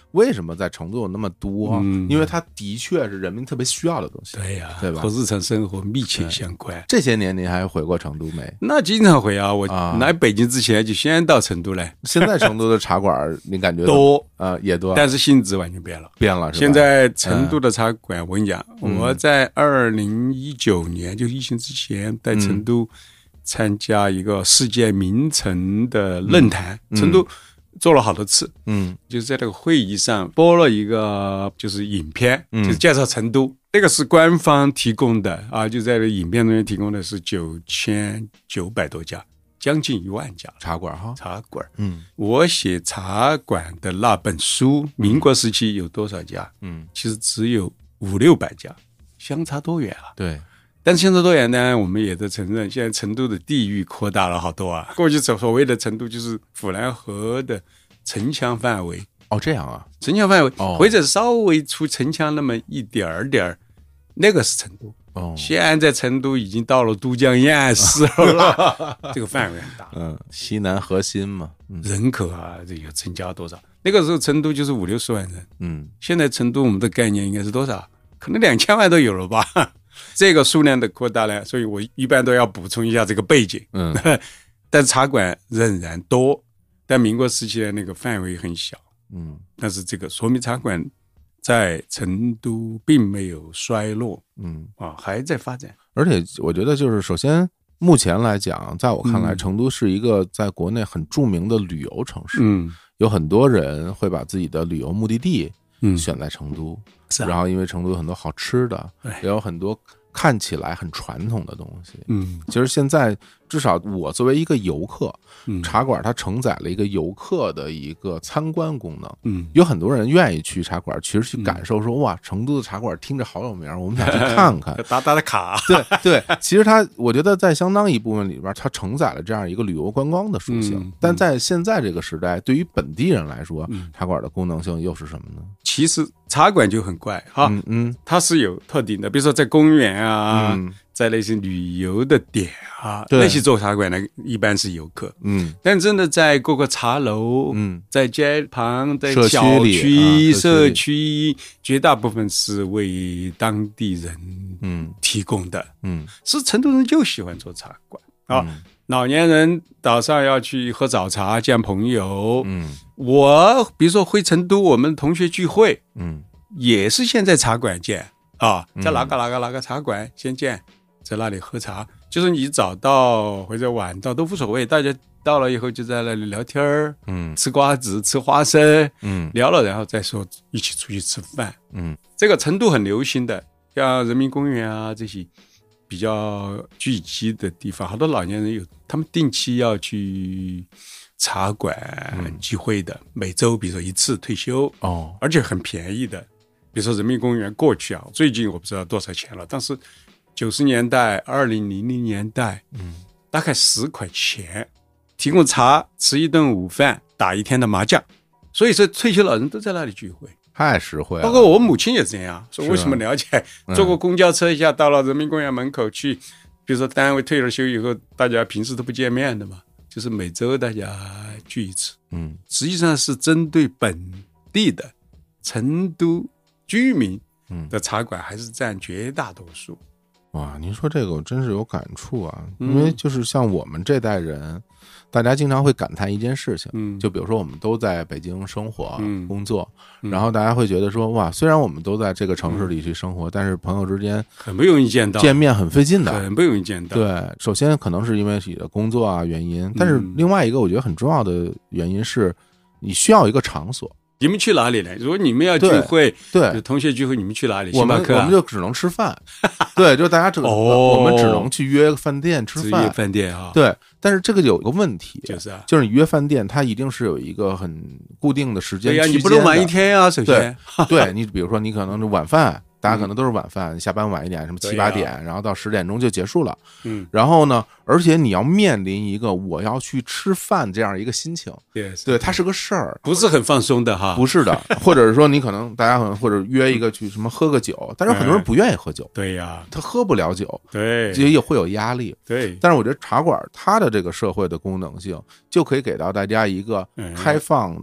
为什么在成都有那么多？ 嗯、 因为它的确是人民特别需要的东西。 对呀、啊， 对吧？ 和日常生活密切相关。 这些年您还回过成都没？ 那经常回啊！我来北京之前就先到成都来。 现在成都的茶馆，您感觉多呃也多， 但是性质完全变了， 变了是吧？ 现在成都的茶馆，嗯、我跟你讲， 嗯、 我在二零一九年就疫情之前，在成都参加一个世界名城的论坛， 嗯、 成都。做了好多次， 嗯， 就是在这个会议上播了一个就是影片， 嗯、 就是介绍成都，这个是官方提供的啊，就在这影片中间提供的是九千九百多家，将近一万家茶馆哈， 茶馆。 嗯， 我写茶馆的那本书，民国时期有多少家？ 嗯， 其实只有五六百家，相差多远啊？ 对。 但是相差多远呢？我们也得承认，现在成都的地域扩大了好多啊。过去所谓的成都就是府南河的城墙范围。 哦，这样啊， 城墙范围， 哦、 或者稍微出城墙那么一点点，那个是成都。 哦， 现在成都已经到了都江堰岸市了，这个范围很大。 嗯，西南核心嘛， 嗯、人口啊，这个增加多少？那个时候成都就是五六十万人。 嗯， 现在成都我们的概念应该是多少？可能两千万都有了吧。这个数量的扩大呢，所以我一般都要补充一下这个背景。 嗯， 但茶馆仍然多，但民国时期的那个范围很小。 嗯， 但是这个说明茶馆在成都并没有衰落。 嗯啊，还在发展。 而且我觉得就是首先目前来讲，在我看来， 嗯、 成都是一个在国内很著名的旅游城市。 嗯， 有很多人会把自己的旅游目的地嗯选在成都。 是啊、 然后因为成都有很多好吃的，也有很多看起来很传统的东西。 嗯， 其实现在至少我作为一个游客， 嗯、 茶馆它承载了一个游客的一个参观功能。 嗯， 有很多人愿意去茶馆，其实去感受说，哇，成都的茶馆听着好有名，我们想去看看， 打打的卡。 对对，其实它我觉得在相当一部分里边，它承载了这样一个旅游观光的属性。 嗯、 但在现在这个时代，对于本地人来说， 嗯、 茶馆的功能性又是什么呢？ 其实茶馆就很怪哈， 嗯嗯， 它是有特定的，比如说在公园啊， 嗯、 在那些旅游的点啊，那些做茶馆的一般是游客， 嗯， 但真的在各个茶楼， 嗯， 在街旁，在小区、社区、 区，绝大部分是为当地人嗯提供的， 嗯， 是成都人就喜欢做茶馆啊。 嗯老年人早上要去喝早茶见朋友， 嗯， 我比如说回成都，我们同学聚会， 嗯， 也是先在茶馆见啊，在哪个哪个哪个茶馆先见，在那里喝茶，就是你早到或者晚到都无所谓，大家到了以后就在那里聊天儿， 嗯， 吃瓜子吃花生， 嗯， 聊了然后再说一起出去吃饭， 嗯， 这个成都很流行的，像人民公园啊这些比较聚集的地方，好多老年人有，他们定期要去茶馆聚会的，嗯、每周比如说一次退休哦， 而且很便宜的。比如说人民公园过去啊，最近我不知道多少钱了，但是九十年代、二零零零年代， 嗯， 大概十块钱，提供茶，吃一顿午饭，打一天的麻将，所以说退休老人都在那里聚会。 太实惠了， 包括我母亲也这样说，为什么了解？ 嗯、 坐过公交车一下到了人民公园门口去，比如说单位退了休以后，大家平时都不见面的嘛，就是每周大家聚一次。 嗯， 实际上是针对本地的成都居民的茶馆，还是占绝大多数。 哇，您说这个我真是有感触啊，因为就是像我们这代人，大家经常会感叹一件事情， 嗯， 就比如说我们都在北京生活、 嗯、 工作， 嗯、 然后大家会觉得说，哇，虽然我们都在这个城市里去生活，嗯、但是朋友之间很不容易见到， 见面很费劲的， 很不容易见到。 对，首先可能是因为自己的工作啊原因，但是另外一个我觉得很重要的原因是，你需要一个场所。 你们去哪里呢？如果你们要聚会， 对，对同学聚会，你们去哪里？ 我们星巴克、啊、 我们就只能吃饭，对，就大家只、 哦、 我们只能去约饭店吃饭， 约饭店啊。 对，但是这个有个问题， 就是啊， 就是你约饭店，它一定是有一个很固定的时间区间的， 对呀、啊，你不能晚一天啊，首先， 对，对你比如说你可能是晚饭。大家可能都是晚饭，下班晚一点，什么七八点，啊、然后到十点钟就结束了。 嗯， 然后呢，而且你要面临一个我要去吃饭这样一个心情， yes, 对，它是个事儿， 不是很放松的哈。 不是的，或者是说你可能大家可能或者约一个去什么喝个酒，但是很多人不愿意喝酒， 对呀、啊， 他喝不了酒， 对， 也会有压力， 对。 但是我觉得茶馆它的这个社会的功能性，就可以给到大家一个开放的。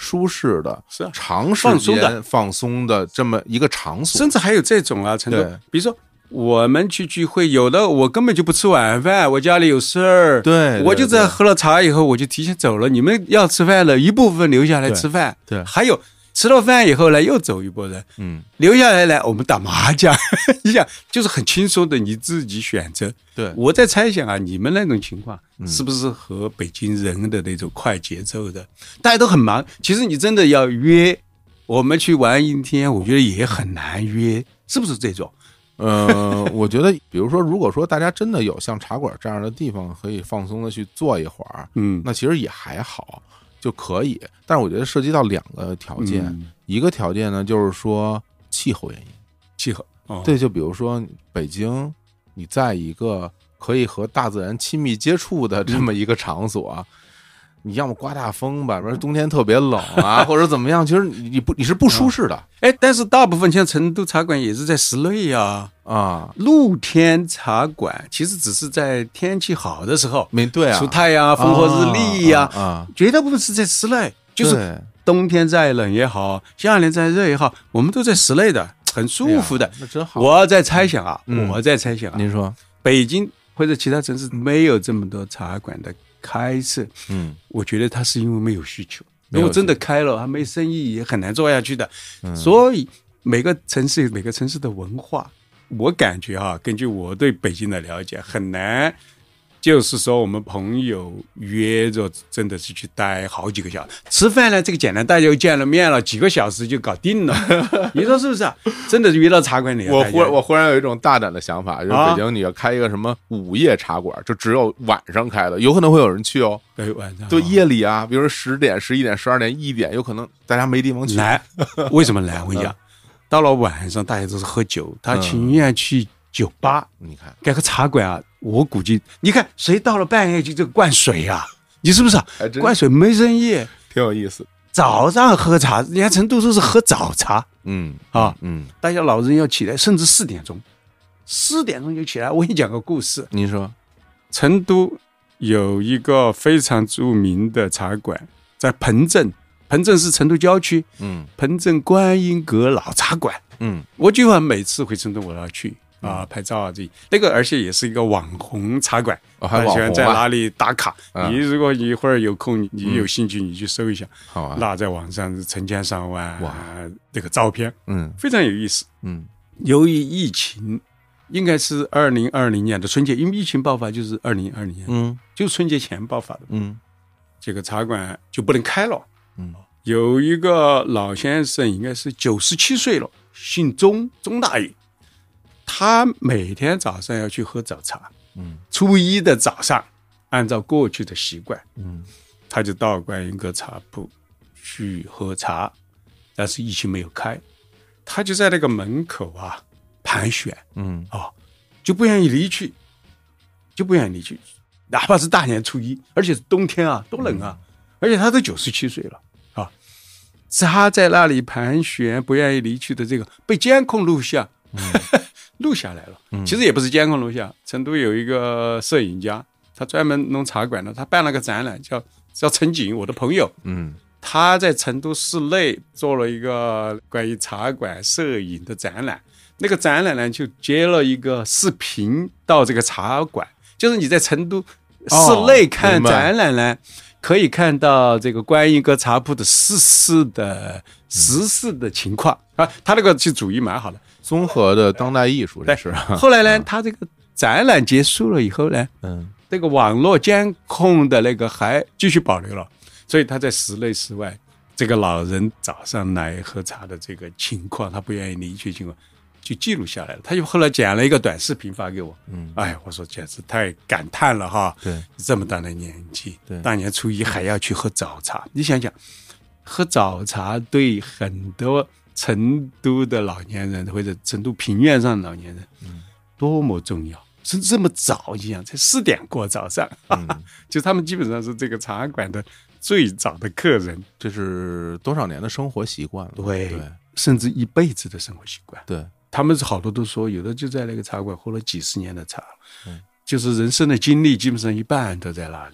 舒适的、 是、啊、 长时间放松的这么一个场所。 甚至还有这种啊程度，比如说我们去聚会，有的我根本就不吃晚饭，我家里有事儿， 对， 我就在喝了茶以后我就提前走了，你们要吃饭了，一部分留下来吃饭， 对，对还有吃了饭以后呢，又走一波人， 嗯， 留下来来我们打麻将，你想就是很轻松的，你自己选择。 对， 我在猜想啊，你们那种情况是不是和北京人的那种快节奏的，大家都很忙。其实你真的要约我们去玩一天，我觉得也很难约，是不是这种？ 呃，我觉得，比如说，如果说大家真的有像茶馆这样的地方可以放松的去坐一会儿， 嗯， 那其实也还好。就可以，但是我觉得涉及到两个条件， 嗯、 一个条件呢，就是说气候原因， 气候，哦、 对，就比如说北京，你在一个可以和大自然亲密接触的这么一个场所，嗯、你要么刮大风吧，不然冬天特别冷啊，或者怎么样，其实你不你是不舒适的。 哎、嗯，但是大部分像成都茶馆也是在室内呀。 啊， 露天茶馆其实只是在天气好的时候， 没对啊， 出太阳、风和日丽呀、 啊啊啊， 绝大部分是在室内，就是冬天再冷也好，夏天再热也好，我们都在室内的，很舒服的。 哎、那真好。 我在猜想啊， 嗯、 我在猜想啊， 您说， 北京或者其他城市没有这么多茶馆的开设， 嗯， 我觉得它是因为没有需求。如果真的开了，它没生意也很难做下去的。 嗯、 所以每个城市有每个城市的文化。我感觉啊，根据我对北京的了解，很难，就是说我们朋友约着真的是去待好几个小时。吃饭呢，这个简单，大家又见了面了，几个小时就搞定了。你说是不是啊？真的约到茶馆里， 我忽我忽然有一种大胆的想法，就是北京你要开一个什么午夜茶馆，就只有晚上开的，有可能会有人去哦。 对，晚上。 就夜里啊，比如说十点、十一点、十二点、一点，有可能大家没地方去。 来，为什么来？我跟你讲。到了晚上，大家都是喝酒，他情愿去酒吧。 嗯、你看， 改个茶馆啊，我估计，你看谁到了半夜就这个灌水啊？你是不是啊？灌水没生意， 挺有意思。 早上喝茶，人家成都都是喝早茶， 嗯啊， 嗯， 大家老人要起来，甚至四点钟，四点钟就起来。我给你讲个故事， 你说， 成都有一个非常著名的茶馆，在彭镇。彭镇是成都郊区， 嗯， 彭镇观音阁老茶馆， 嗯， 我基本上每次回成都我都要去啊、呃、拍照啊，这那个而且也是一个网红茶馆， 哦、还网红、啊、 喜欢在哪里打卡。 嗯、 你如果一会儿有空，你有兴趣，你去搜一下， 好啊， 那在网上是成千上万哇这个照片， 嗯， 非常有意思。 嗯， 由于疫情，应该是二零二零年的春节，因为疫情爆发就是二零二零年， 嗯， 就是春节前爆发的， 嗯， 这个茶馆就不能开了。 嗯， 有一个老先生，应该是九十七岁了，姓钟，钟大爷。他每天早上要去喝早茶。 嗯， 初一的早上，按照过去的习惯， 嗯， 他就到观音阁茶铺去喝茶。但是疫情没有开，他就在那个门口啊盘旋。 嗯， 哦，就不愿意离去，就不愿意离去，哪怕是大年初一，而且是冬天啊，多冷啊。嗯，而且他都九十七岁了啊，他在那里盘旋不愿意离去的这个被监控录像，嗯、录下来了、嗯。其实也不是监控录像，成都有一个摄影家，他专门弄茶馆的，他办了个展览，叫叫陈景，我的朋友。 嗯， 他在成都市内做了一个关于茶馆摄影的展览，那个展览呢就接了一个视频到这个茶馆，就是你在成都室内看展览呢。哦，可以看到这个观音阁茶铺的实时的实时的情况、嗯、啊，他那个是主意蛮好的， 综合的当代艺术，这是。 后来呢，他这个展览结束了以后呢， 嗯， 这个网络监控的那个还继续保留了，所以他在室内室外，这个老人早上来喝茶的这个情况，他不愿意离去的情况，就记录下来了。他就后来剪了一个短视频发给我， 嗯， 哎，我说简直太感叹了哈！ 对， 这么大的年纪， 对， 大年初一还要去喝早茶，你想想，喝早茶对很多成都的老年人或者成都平原上的老年人，嗯，多么重要！是这么早一样，才四点过早上，嗯、就他们基本上是这个茶馆的最早的客人， 这是多少年的生活习惯了， 对， 对， 甚至一辈子的生活习惯， 对。 他们是好多都说，有的就在那个茶馆喝了几十年的茶， 嗯， 就是人生的经历基本上一半都在那里。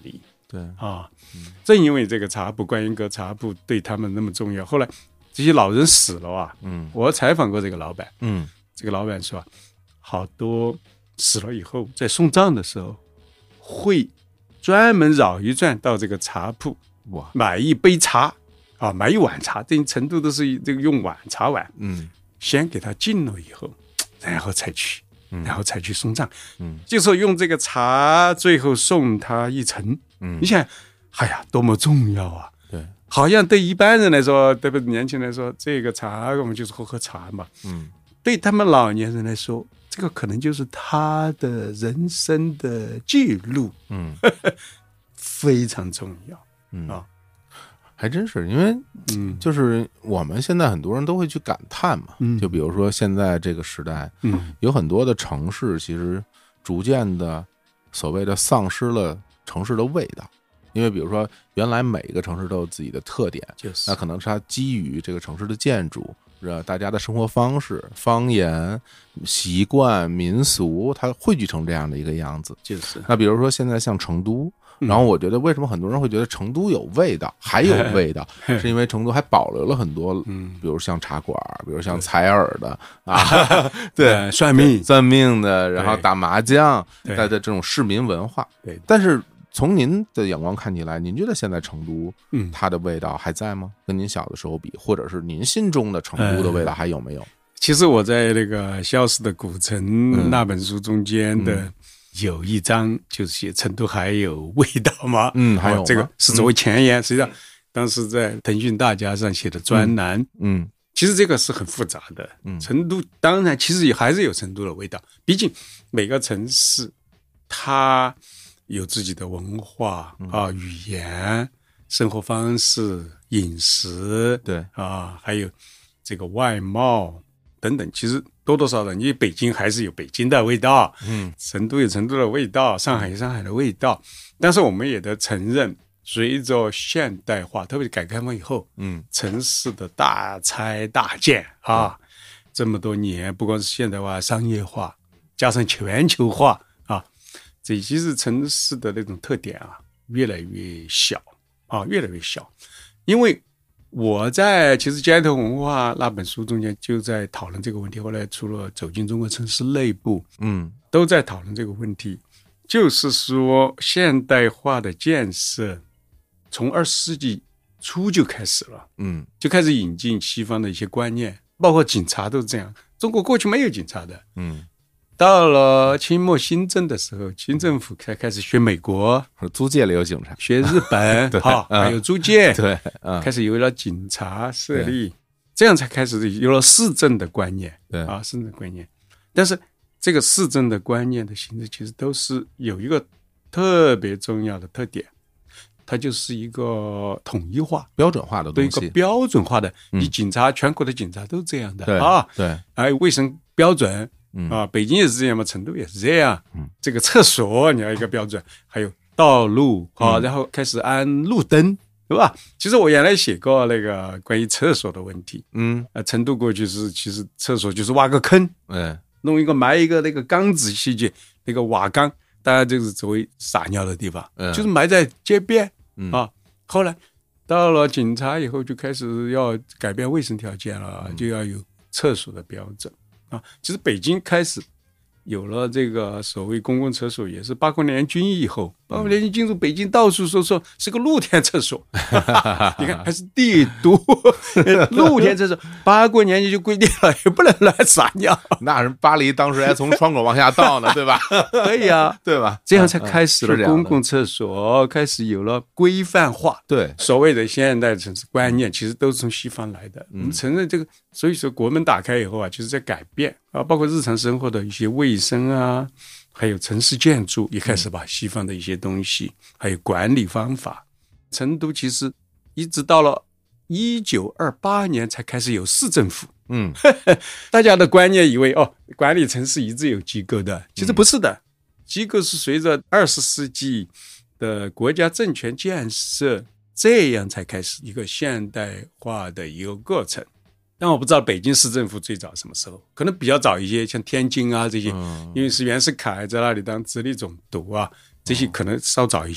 对啊，嗯、正因为这个茶铺观音阁茶铺对他们那么重要，后来这些老人死了啊，嗯，我采访过这个老板，嗯，这个老板说，好多死了以后在送葬的时候会专门绕一转到这个茶铺，哇，买一杯茶啊，买一碗茶，这成都都是这个用碗茶碗，嗯，先给他敬了以后，然后才去。然后才去送葬，嗯，就说用这个茶，最后送他一程，嗯，你想，哎呀，多么重要啊！ 对， 好像对一般人来说，对不对？年轻人来说，这个茶我们就是喝喝茶嘛，嗯，对他们老年人来说，这个可能就是他的人生的记录，嗯，非常重要，嗯啊。 还真是，因为嗯，就是我们现在很多人都会去感叹嘛，嗯，就比如说现在这个时代，嗯，有很多的城市其实逐渐的所谓的丧失了城市的味道，因为比如说原来每个城市都有自己的特点， 就是那可能是它基于这个城市的建筑，是大家的生活方式、方言、习惯、民俗，它汇聚成这样的一个样子， 就是那比如说现在像成都。然后我觉得为什么很多人会觉得成都有味道，还有味道，是因为成都还保留了很多，比如像茶馆，比如像采耳的啊，对， 算命算命的，然后打麻将的这种市民文化。 对， 但是从您的眼光看起来，您觉得现在成都，嗯，它的味道还在吗？跟您小的时候比，或者是您心中的成都的味道还有没有？ 其实我在那个《消失的古城》那本书中间的。有一章就是写成都还有味道吗？ 嗯，还有、 哦、这个是作为前言，嗯、实际上当时在腾讯大家上写的专栏，嗯，嗯其实这个是很复杂的。嗯，成都当然其实也还是有成都的味道，毕竟每个城市它有自己的文化、嗯、啊、语言、生活方式、饮食， 对啊，还有这个外貌等等，其实。多多少少，你北京还是有北京的味道，嗯，成都有成都的味道，上海有上海的味道。但是我们也得承认，随着现代化，特别是改革开放以后，嗯，城市的大拆大建啊，嗯、这么多年，不光是现代化、商业化，加上全球化啊，这其实城市的那种特点啊，越来越小啊，越来越小，因为。我在其实街头文化那本书中间就在讨论这个问题，后来除了走进中国城市内部，嗯，都在讨论这个问题，就是说现代化的建设从二十世纪初就开始了，嗯，就开始引进西方的一些观念，包括警察都是这样，中国过去没有警察的，嗯。到了清末新政的时候，清政府才开始学美国， 租界里有警察， 学日本，哈、嗯，还有租界， 对， 嗯、开始有了警察设立，这样才开始有了市政的观念， 对啊，市政观念。但是这个市政的观念的形式，其实都是有一个特别重要的特点，它就是一个统一化、 标准化的东西， 对一个标准化的。你、嗯、警察，全国的警察都这样的， 对啊， 对， 还有卫生标准。嗯啊，北京也是这样嘛，成都也是这样。嗯，这个厕所你要一个标准，还有道路啊，嗯、然后开始安路灯，对吧？其实我原来写过那个关于厕所的问题。嗯，啊，成都过去是其实厕所就是挖个坑，嗯，弄一个埋一个那个缸子细节，那个瓦缸，大家就是作为撒尿的地方，嗯，就是埋在街边。嗯啊，后来到了警察以后，就开始要改变卫生条件了，嗯、就要有厕所的标准。啊，其实北京开始有了这个所谓公共厕所，也是八国联军以后，八国联军进入北京，到处说说是个露天厕所，你看还是帝都露天厕所，八国联军就规定了，也不能乱撒尿。 那人巴黎当时还从窗口往下倒呢，对吧？ 可以啊， 对吧？ 这样才开始了公共厕所，开始有了规范化。 对， 所谓的现代城市观念，其实都是从西方来的。我们承认这个，所以说国门打开以后啊，就是在改变啊，包括日常生活的一些卫生啊，还有城市建筑，也开始把西方的一些东西，还有管理方法。成都其实一直到了一九二八年才开始有市政府。嗯，大家的观念以为哦，管理城市一直有机构的，其实不是的，嗯、机构是随着二十世纪的国家政权建设，这样才开始一个现代化的一个过程。但我不知道北京市政府最早什么时候，可能比较早一些，像天津啊这些，嗯、因为是袁世凯在那里当直隶总督啊，这些可能稍早一些。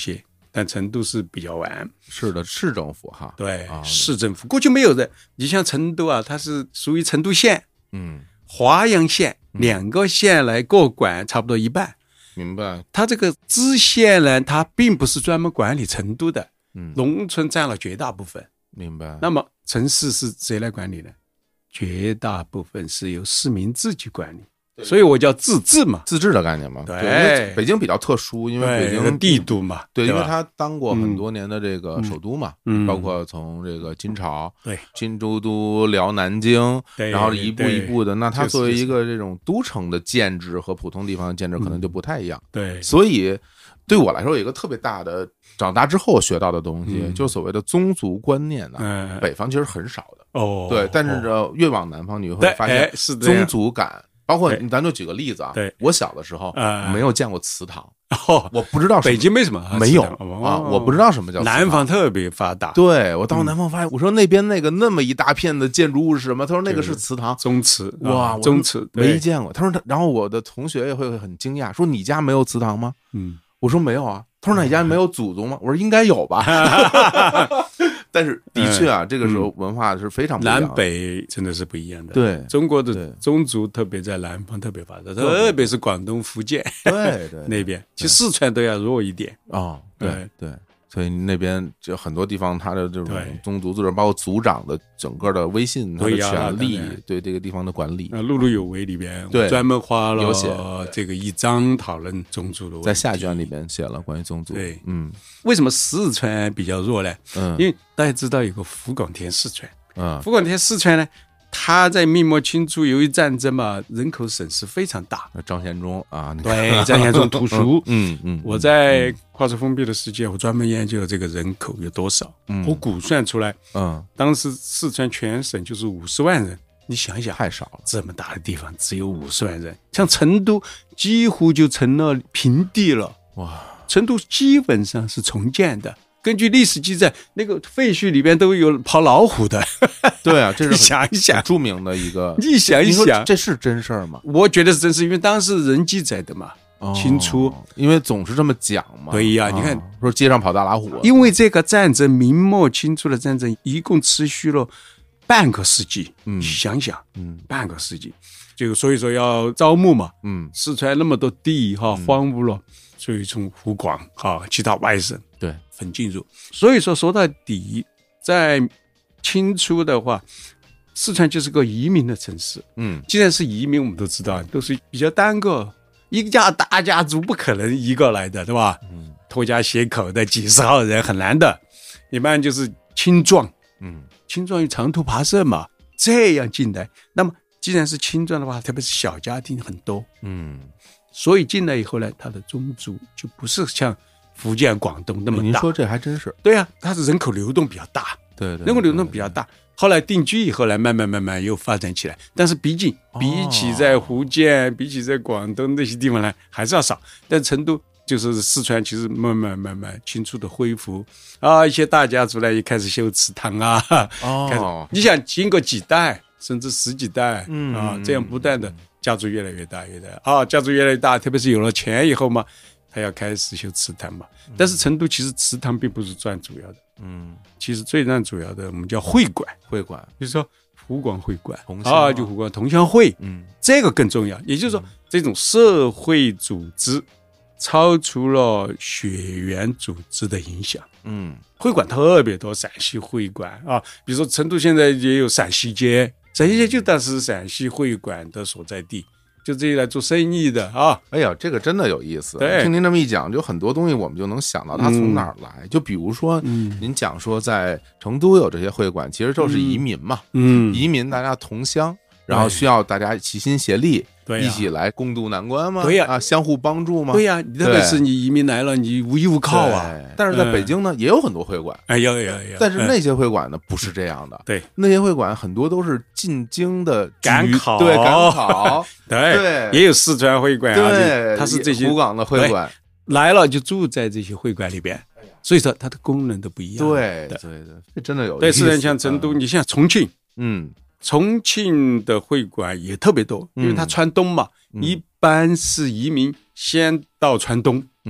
但成都是比较晚。 是的，市政府哈， 对， 啊、 市政府过去没有的。你像成都啊，它是属于成都县、 嗯， 华阳县、嗯、两个县来各管差不多一半。 明白。 它这个知县呢，它并不是专门管理成都的， 嗯， 农村占了绝大部分。 明白。 那么城市是谁来管理呢？绝大部分是由市民自己管理。所以我叫自治嘛， 自治的概念嘛。 对， 因为北京比较特殊，因为北京帝都嘛， 对，因为它当过很多年的这个首都嘛，嗯、包括从这个金朝、 对金都督辽南京，然后一步一步的，那它作为一个这种都城的建制和普通地方的建制可能就不太一样。 对、嗯， 所以对我来说有一个特别大的长大之后学到的东西，嗯、就所谓的宗族观念呢、啊，嗯、北方其实很少的。 哦， 对，但是呃，越往南方你会发现宗族感。包括咱就举个例子啊， 对， 我小的时候没有见过祠堂， 哦， 我不知道北京没什么， 没有啊，我不知道什么叫祠堂。 南方特别发达， 对，我到南方发现，我说那边那个那么一大片的建筑物是什么？他说那个是祠堂， 宗祠， 哇， 宗祠没见过。他说，然后我的同学也会很惊讶，说你家没有祠堂吗？ 嗯， 我说没有啊。他说那你家没有祖宗吗？我说应该有吧。但是的确啊，这个时候文化是非常不一样的， 南北真的是不一样的。 对， 中国的宗族特别在南方特别发达，特别是广东、福建， 对对那边，其实四川都要弱一点啊。对对，所以那边就很多地方，它的这种宗族自治，包括族长的整个的威信、他的权力，对这个地方的管理。 啊，碌碌有为里边专门花了这个一章讨论宗族的问题， 在下卷里边写了关于宗族。 对， 嗯， 为什么四川比较弱呢？ 嗯， 因为大家知道有个福广田四川， 嗯， 福广田四川呢，他在明末清初由于战争嘛，人口损失非常大。 张献忠啊， 对，张献忠屠书。 嗯嗯， 我在跨出封闭的世界，我专门研究了这个人口有多少。 嗯， 我估算出来， 嗯， 当时四川全省就是五十万人。你想一想， 太少了， 这么大的地方只有五十万人，像成都几乎就成了平地了。 哇， 成都基本上是重建的。根据历史记载，那个废墟里边都有跑老虎的。 对啊，这是想一想著名的一个。 你想一想， 这是真事儿吗？ 我觉得是真事，因为当时人记载的嘛。 哦、 清初， 因为总是这么讲嘛。 对呀、啊，你看， 说街上跑大老虎。 因为这个战争，明末清初的战争，一共持续了半个世纪。 嗯， 想想， 嗯， 半个世纪，就所以说要招募嘛。 嗯， 四川那么多地哈荒芜了。嗯，所以从湖广啊，其他外省对分进入，所以说说到底，在清初的话，四川就是个移民的城市。 嗯， 既然是移民，我们都知道都是比较单个，一家大家族不可能一个来的，对吧？ 嗯， 拖家携口的几十号人很难的，一般就是青壮， 嗯， 青壮与长途跋涉嘛，这样进来。那么既然是青壮的话，特别是小家庭很多， 嗯。 所以进来以后呢，它的宗族就不是像福建、广东那么大。 您说这还真是。 对啊，它的人口流动比较大， 对对， 人口流动比较大。后来定居以后呢，慢慢慢慢又发展起来。但是毕竟比起在福建、哦、比起在广东那些地方呢，还是要少。但成都就是四川，其实慢慢慢慢清楚的恢复啊，一些大家族呢也开始修祠堂啊。 哦， 你想经过几代甚至十几代、 嗯、 啊，这样不断的。家族越来越大，越大啊！家族越来越大，特别是有了钱以后嘛，他要开始修祠堂嘛。但是成都其实祠堂并不是最主要的， 嗯， 其实最最主要的我们叫会馆， 会馆， 比如说湖广会馆啊， 就湖广同乡会， 嗯， 这个更重要。也就是说，这种社会组织超出了血缘组织的影响， 嗯， 会馆特别多，陕西会馆啊，比如说成都现在也有陕西街。陕西街就当时陕西会馆的所在地，就这里来做生意的啊。 哎呀，这个真的有意思。 对， 听您这么一讲，就很多东西我们就能想到它从哪儿来。嗯、就比如说， 嗯、 您讲说在成都有这些会馆，其实就是移民嘛。 嗯， 移民大家同乡，然后需要大家齐心协力。 对、 一起来共度难关吗？ 对呀、 啊，相互帮助吗？ 对呀、啊，特别是你移民来了，你无依无靠啊。 但是在北京呢，嗯、也有很多会馆， 哎，有有有。 但是那些会馆呢，不是这样的。 对， 那些会馆很多都是进京的赶考， 对，赶考， 对对， 也有四川会馆啊， 对， 它是这些湖广的会馆来了就住在这些会馆里边，所以说它的功能都不一样。 对对对，这真的有意思。 对，虽然像成都，你像重庆， 嗯。 重庆的会馆也特别多，因为它川东嘛， 嗯、 一般是移民先到川东， 嗯，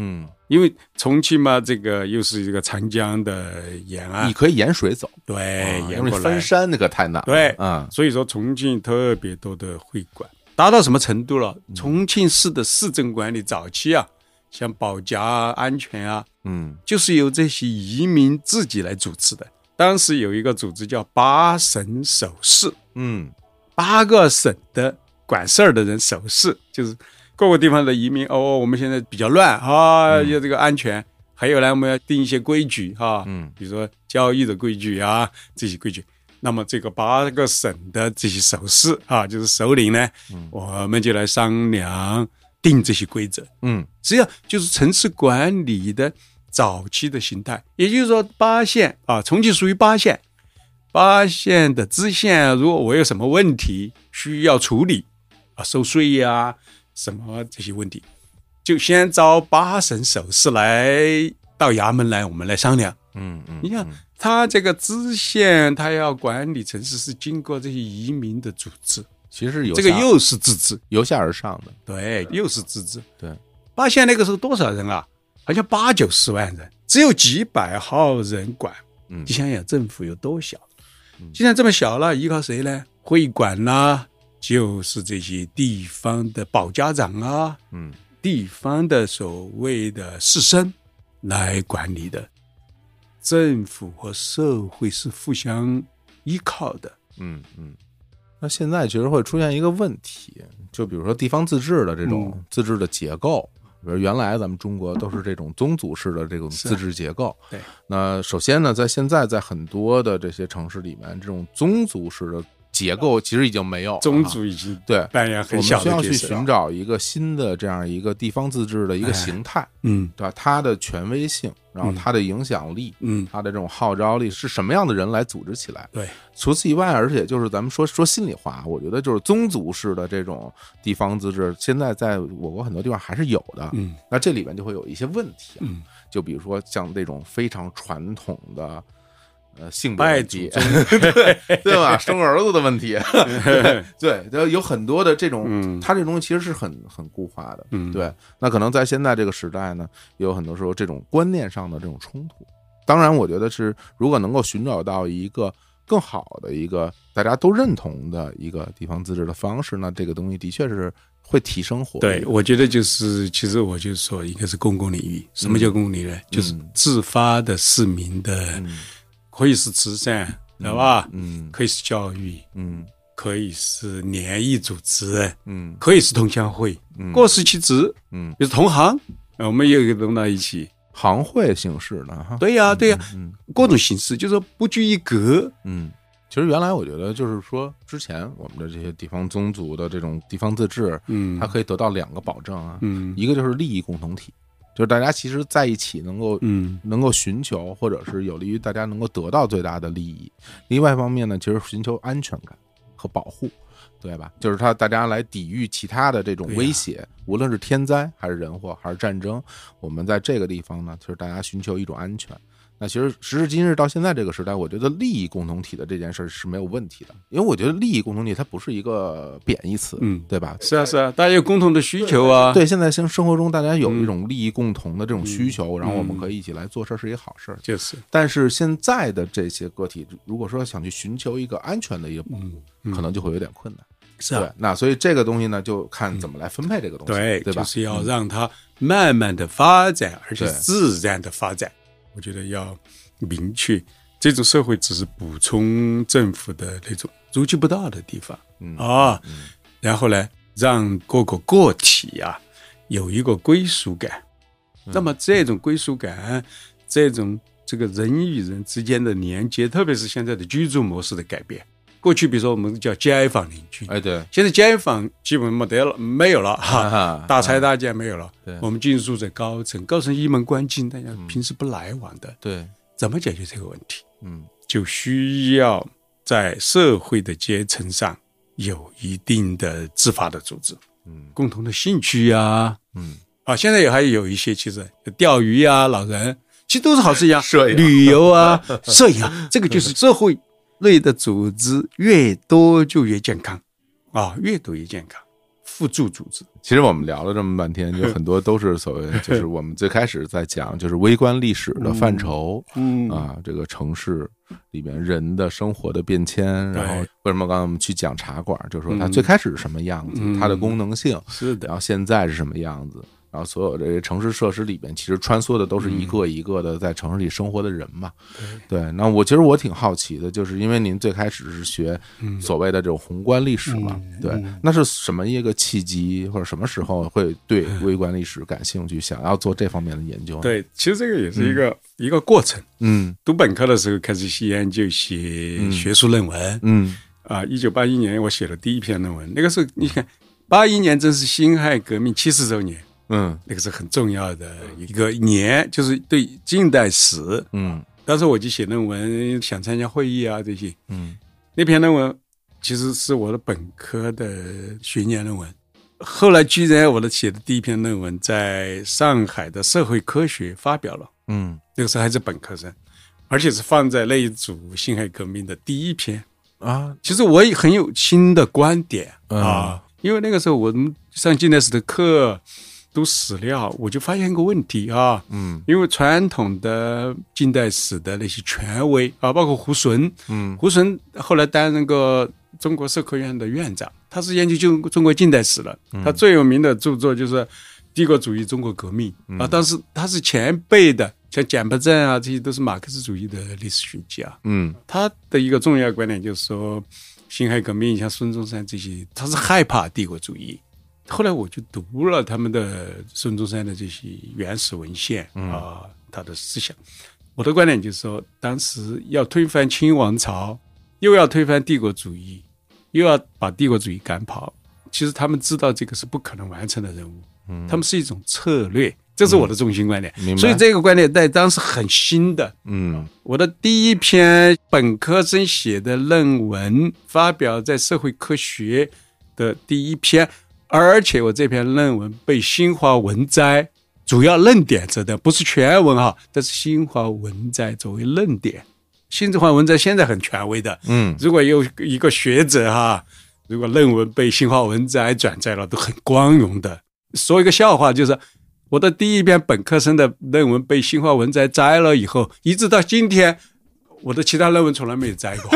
因为重庆嘛，这个又是一个长江的沿岸， 你可以沿水走， 对， 啊、因为沿过来翻山那个太难了， 对， 啊、 所以说重庆特别多的会馆，达到什么程度了？嗯、重庆市的市政管理早期啊，像保家啊、安全啊， 嗯， 就是由这些移民自己来主持的。当时有一个组织叫八省首事， 嗯， 八个省的管事儿的人首事，就是各个地方的移民哦，我们现在比较乱啊，要这个安全，嗯、还有呢，我们要定一些规矩哈，嗯，比如说交易的规矩啊，这些规矩。那么这个八个省的这些首事啊，就是首领呢，嗯、我们就来商量定这些规则。嗯，实际上就是城市管理的早期的形态，也就是说八县啊，重庆属于八县，八县的知县，如果我有什么问题需要处理啊，收税呀、啊。什么这些问题，就先找八省首事来到衙门来，我们来商量。嗯嗯，你看他这个知县，他要管理城市是经过这些移民的组织， 其实有这个又是自治， 由下而上的， 对，又是自治。 对， 八县那个时候多少人啊？好像八九十万人，只有几百号人管。嗯，你想想政府有多小？现在这么小了，依靠谁呢？会馆啦、啊。就是这些地方的保家长啊，嗯，地方的所谓的士绅来管理的，政府和社会是互相依靠的， 嗯嗯。那现在其实会出现一个问题，就比如说地方自治的这种自治的结构，嗯、比如原来咱们中国都是这种宗族式的这种自治结构， 对。 那首先呢，在现在在很多的这些城市里面，这种宗族式的结构其实已经没有， 宗族已经对扮演很小的角色， 我们需要去寻找一个新的这样一个地方自治的一个形态， 嗯， 对吧？它的权威性，然后它的影响力， 嗯， 它的这种号召力是什么样的人来组织起来？ 对。 除此以外，而且就是咱们说说心里话，我觉得就是宗族式的这种地方自治，现在在我国很多地方还是有的， 嗯， 那这里面就会有一些问题， 嗯， 就比如说像这种非常传统的。呃，性别问题， 对对吧？生儿子的问题，对，有很多的这种，嗯，它这东西其实是很很固化的， 嗯， 对。那可能在现在这个时代呢，也有很多时候这种观念上的这种冲突。当然，我觉得是如果能够寻找到一个更好的一个大家都认同的一个地方自治的方式，那这个东西的确是会提升活力。 对，我觉得就是其实我就说一个是公共领域，什么叫公共领域？嗯、就是自发的市民的。嗯，可以是慈善，知道吧？嗯，可以是教育， 嗯， 可以是联谊组织， 嗯， 可以是同乡会，嗯，各司其职， 嗯， 就是同行，我们也给弄到一起， 行会形式的哈。 对呀、啊，对呀、啊， 嗯， 各种形式，就是说不拘一格， 嗯。其实原来我觉得就是说，之前我们的这些地方宗族的这种地方自治， 嗯， 它可以得到两个保证啊， 嗯， 一个就是利益共同体。就是大家其实在一起能够， 嗯， 能够寻求，或者是有利于大家能够得到最大的利益。另外一方面呢，其实寻求安全感和保护，对吧？就是他大家来抵御其他的这种威胁，啊、无论是天灾还是人祸还是战争，我们在这个地方呢，就是大家寻求一种安全。那其实时至今日到现在这个时代，我觉得利益共同体的这件事是没有问题的，因为我觉得利益共同体它不是一个贬义词， 嗯， 对吧？ 是啊，是啊，大家有共同的需求啊。 对，现在生生活中大家有一种利益共同的这种需求，嗯、然后我们可以一起来做事是一个好事， 就是。 但是现在的这些个体，如果说想去寻求一个安全的一个保护， 嗯、 可能就会有点困难。 是啊， 对，那所以这个东西呢，就看怎么来分配这个东西， 对， 对吧？ 就是要让它慢慢的发展，而且自然的发展。我觉得要明确，这种社会只是补充政府的那种如期不到的地方， 嗯啊， 嗯、 然后呢，让各个个体啊有一个归属感。 嗯、 那么这种归属感，这种这个人与人之间的连接，特别是现在的居住模式的改变。过去比如说我们叫街坊邻居， 哎对， 现在街坊基本没得了，没有了哈， 啊、 大拆大建没有了。 对， 我们进入在高层，高层一门关进，大家平时不来往的。 嗯、对， 怎么解决这个问题？ 嗯， 就需要在社会的阶层上有一定的自发的组织， 嗯， 共同的兴趣啊， 嗯， 啊，现在也还有一些其实钓鱼啊，老人其实都是好事一样， 摄影、 旅游啊，摄影啊，这个就是社会类的组织越多就越健康啊，越多越健康， 辅助组织。 其实我们聊了这么半天，就很多都是所谓，就是我们最开始在讲，就是微观历史的范畴，嗯啊，这个城市里面人的生活的变迁，然后为什么刚才我们去讲茶馆，就是说它最开始是什么样子，它的功能性是的， 然后现在是什么样子。然后所有这些城市设施里边，其实穿梭的都是一个一个的在城市里生活的人嘛。嗯、对，那我其实我挺好奇的，就是因为您最开始是学所谓的这种宏观历史嘛，嗯、对，那是什么一个契机，或者什么时候会对微观历史感兴趣，想要做这方面的研究？ 对，其实这个也是一个、嗯、一个过程。嗯，读本科的时候开始去研究写学术论文。嗯，啊，一九八一年我写了第一篇论文，那个时候你看，八一年正是辛亥革命七十周年。嗯，那个是很重要的一个年，就是对近代史。嗯，当时我就写论文，想参加会议啊这些。嗯，那篇论文其实是我的本科的学年论文，后来居然我的写的第一篇论文在上海的社会科学发表了。嗯，那个时候还是本科生，而且是放在那一组辛亥革命的第一篇啊。其实我也很有新的观点、嗯、啊，因为那个时候我们上近代史的课。读史料，我就发现一个问题啊，嗯，因为传统的近代史的那些权威啊，包括胡璇，嗯，胡璇后来担任过中国社科院的院长，他是研究中中国近代史的，嗯、他最有名的著作就是《帝国主义中国革命》嗯、啊，但是他是前辈的，像简伯镇啊，这些都是马克思主义的历史学家，嗯，他的一个重要观点就是说，辛亥革命像孙中山这些，他是害怕帝国主义。后来我就读了他们的孙中山的这些原始文献啊、呃，他的思想。我的观点就是说，当时要推翻清王朝，又要推翻帝国主义，又要把帝国主义赶跑，其实他们知道这个是不可能完成的任务。嗯，他们是一种策略，这是我的中心观点。嗯、所以这个观点在当时很新的。嗯，我的第一篇本科生写的论文发表在社会科学的第一篇。而且我这篇论文被新华文摘主要论点责的，不是全文哈，但是新华文摘作为论点。新华文摘现在很权威的，嗯，如果有一个学者哈，如果论文被新华文摘转载了，都很光荣的。说一个笑话，就是我的第一篇本科生的论文被新华文摘摘了以后，一直到今天，我的其他论文从来没有摘过。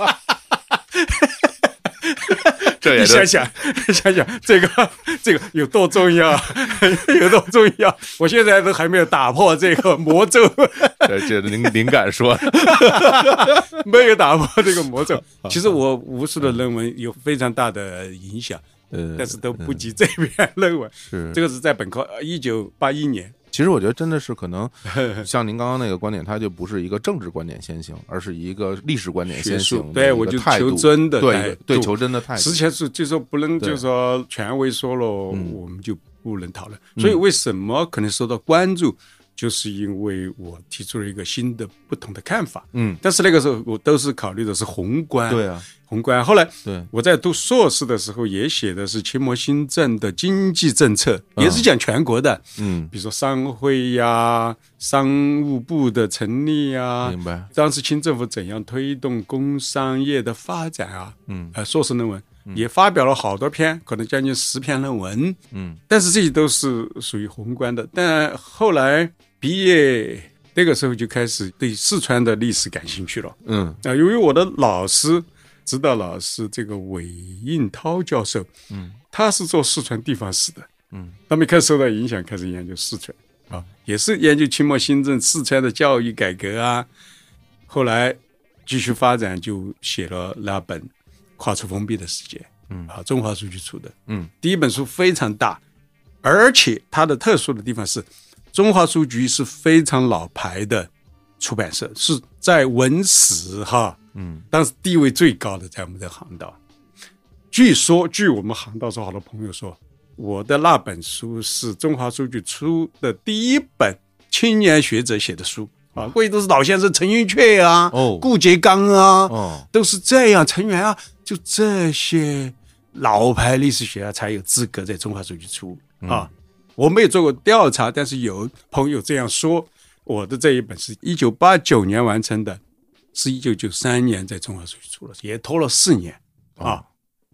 这也你想想，想想这个这个有多重要，有多重要！我现在都还没有打破这个魔咒。 这这灵灵感说， 没有打破这个魔咒。其实我无数的论文有非常大的影响，呃，但是都不及这篇论文。是这个是在本科一九八一年。 其实我觉得真的是可能像您刚刚那个观点，它就不是一个政治观点先行，而是一个历史观点先行。 对，我就求真的对对求真的态度。 之前是就说不能就说权威说了，我们就不能讨论。所以为什么可能受到关注？就是因为我提出了一个新的不同的看法，嗯，但是那个时候我都是考虑的是宏观， 对啊， 宏观。后来对我在读硕士的时候也写的是清末新政的经济政策，嗯、也是讲全国的，嗯，比如说商会呀、商务部的成立呀， 明白？ 当时清政府怎样推动工商业的发展啊，嗯，呃，硕士论文。也发表了好多篇，可能将近十篇论文，嗯，但是这些都是属于宏观的。但后来毕业那个时候就开始对四川的历史感兴趣了，嗯，啊，由于我的老师，指导老师这个韦应涛教授，嗯，他是做四川地方史的，嗯，他们开始受到影响，开始研究四川，啊，也是研究清末新政四川的教育改革啊。后来继续发展，就写了那本。跨出封闭的世界，嗯啊，中华书局出的，嗯，第一本书非常大，而且它的特殊的地方是，中华书局是非常老牌的出版社，是在文史哈，嗯，当时地位最高的，在我们这行当。据说，据我们行当说好的朋友说，我的那本书是中华书局出的第一本青年学者写的书。啊，过去都是老先生陈寅恪啊，哦，顾颉刚啊，哦，都是这样，陈元啊，就这些老牌历史学家才有资格在中华书局出、嗯、啊。我没有做过调查，但是有朋友这样说。我的这一本是一九八九年完成的，是一九九三年在中华书局出了，也拖了四年啊。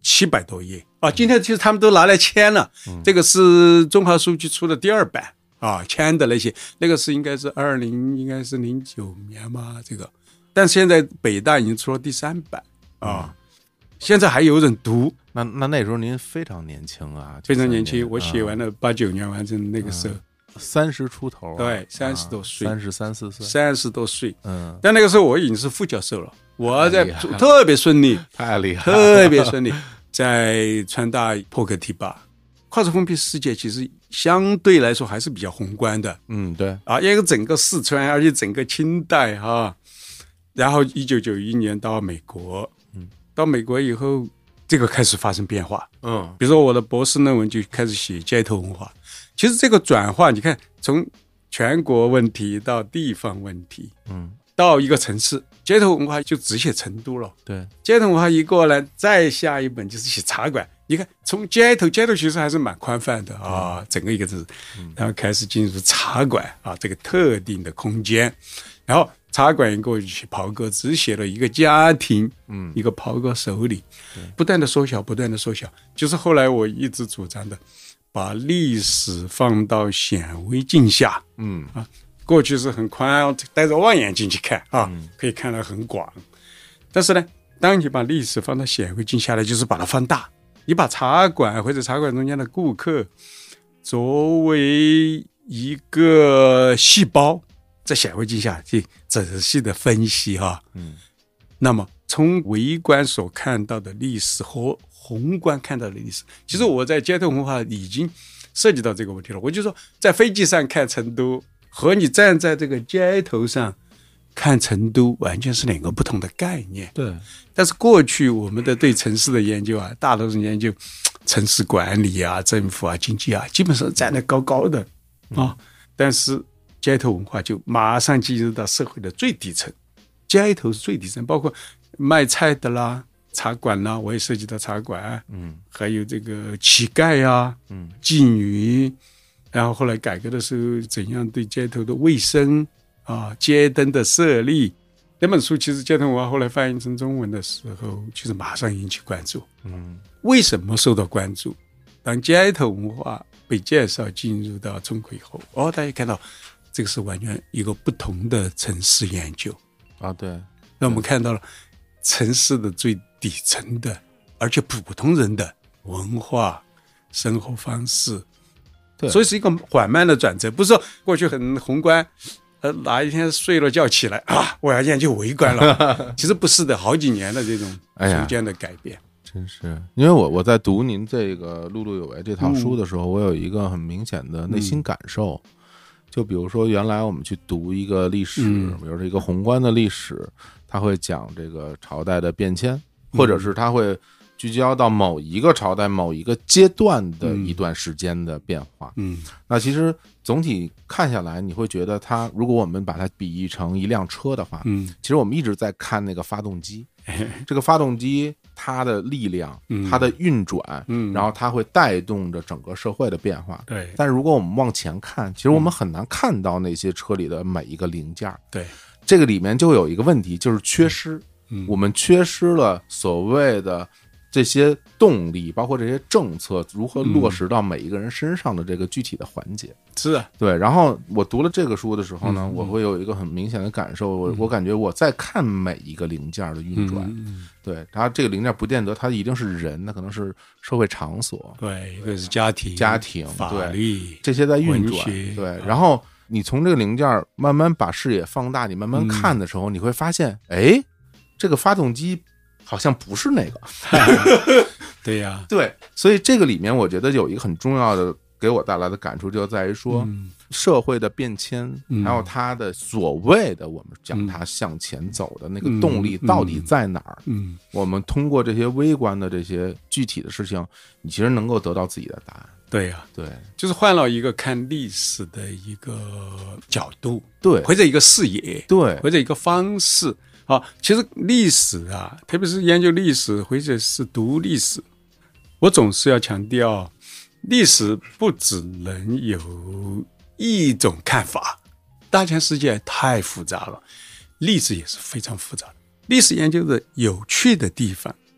七百多页啊。今天其实他们都拿来签了，嗯、这个是中华书局出的第二版啊，签的那些，那个是应该是二零，应该是零九年嘛，这个。但现在北大已经出了第三版啊，嗯、现在还有人读。 那那那时候您非常年轻啊， 非常年轻，我写完了八九年完成那个时候。嗯三十出头、啊， 对，三十多岁， 三十三四岁， 三十多岁， 嗯， 但那个时候我已经是副教授了，我在特别顺利， 太厉害， 特别顺利，在川大破格提拔，跨时封闭世界其实相对来说还是比较宏观的， 嗯，对， 啊，因为整个四川，而且整个清代哈、啊，然后一九九一年到美国，嗯，到美国以后，这个开始发生变化，嗯，比如说我的博士论文就开始写街头文化。其实这个转化，你看，从全国问题到地方问题，嗯，到一个城市，街头文化就只写成都了。 对， 街头文化一过来，再下一本就是写茶馆。你看，从街头，街头其实还是蛮宽泛的啊，嗯、整个一个字，然后开始进入茶馆啊这个特定的空间，然后茶馆一过去，袍哥只写了一个家庭，嗯，一个袍哥手里，不断的缩小，不断的缩小，就是后来我一直主张的。把历史放到显微镜下，嗯啊，过去是很宽，带着望远镜去看啊，嗯、可以看得很广。但是呢，当你把历史放到显微镜下来，就是把它放大。你把茶馆或者茶馆中间的顾客作为一个细胞，在显微镜下去仔细的分析哈、啊，嗯，那么从微观所看到的历史和宏观看到的历史，其实我在街头文化已经涉及到这个问题了。我就说，在飞机上看成都和你站在这个街头上看成都，完全是两个不同的概念。 对。 但是过去我们的对城市的研究啊，大多数研究城市管理啊、政府啊、经济啊，基本上站得高高的啊。嗯、但是街头文化就马上进入到社会的最底层，街头是最底层，包括卖菜的啦。茶馆啦、啊，我也涉及到茶馆，嗯，还有这个乞丐啊，嗯，妓女，然后后来改革的时候，怎样对街头的卫生啊、街灯的设立，那本书其实街头文化后来翻译成中文的时候，其实马上引起关注，嗯，为什么受到关注？当街头文化被介绍进入到中国以后，哦，大家看到这个是完全一个不同的城市研究啊，对， 那我们看到了城市的最底层的，而且普通人的文化生活方式，对，所以是一个缓慢的转折，不是说过去很宏观，呃，哪一天睡了觉起来啊，我要研究微观了，其实不是的，好几年的这种逐渐的改变。 哎、真是，因为我我在读您这个《碌碌有为》这套书的时候，嗯、我有一个很明显的内心感受，嗯、就比如说原来我们去读一个历史，嗯、比如说一个宏观的历史，他会讲这个朝代的变迁。或者是他会聚焦到某一个朝代、某一个阶段的一段时间的变化。嗯，那其实总体看下来，你会觉得它，如果我们把它比喻成一辆车的话，嗯，其实我们一直在看那个发动机，这个发动机它的力量、它的运转，嗯，然后它会带动着整个社会的变化。 对， 但是如果我们往前看，其实我们很难看到那些车里的每一个零件。 对， 这个里面就有一个问题，就是缺失。嗯，我们缺失了所谓的这些动力，包括这些政策如何落实到每一个人身上的这个具体的环节。 是啊， 对。然后我读了这个书的时候呢，嗯、我会有一个很明显的感受，我、嗯、我感觉我在看每一个零件的运转。嗯、对，它这个零件不见得它一定是人，那可能是社会场所， 对，一个是家庭、 家庭、 法律这些在运转。对，然后你从这个零件慢慢把视野放大，你慢慢看的时候，嗯、你会发现，哎。这个发动机好像不是那个， 对呀、啊， 对，所以这个里面我觉得有一个很重要的给我带来的感触，就在于说、嗯、社会的变迁，嗯、还有它的所谓的我们讲它向前走的那个动力到底在哪儿？嗯，嗯我们通过这些微观的这些具体的事情，你其实能够得到自己的答案。 对呀、啊， 对， 就是换了一个看历史的一个角度， 对， 或者一个视野， 对， 或者一个方式。好，其实历史啊，特别是研究历史或者是读历史，我总是要强调，历史不只能有一种看法，大千世界太复杂了，历史也是非常复杂的。历史研究的有趣的地方，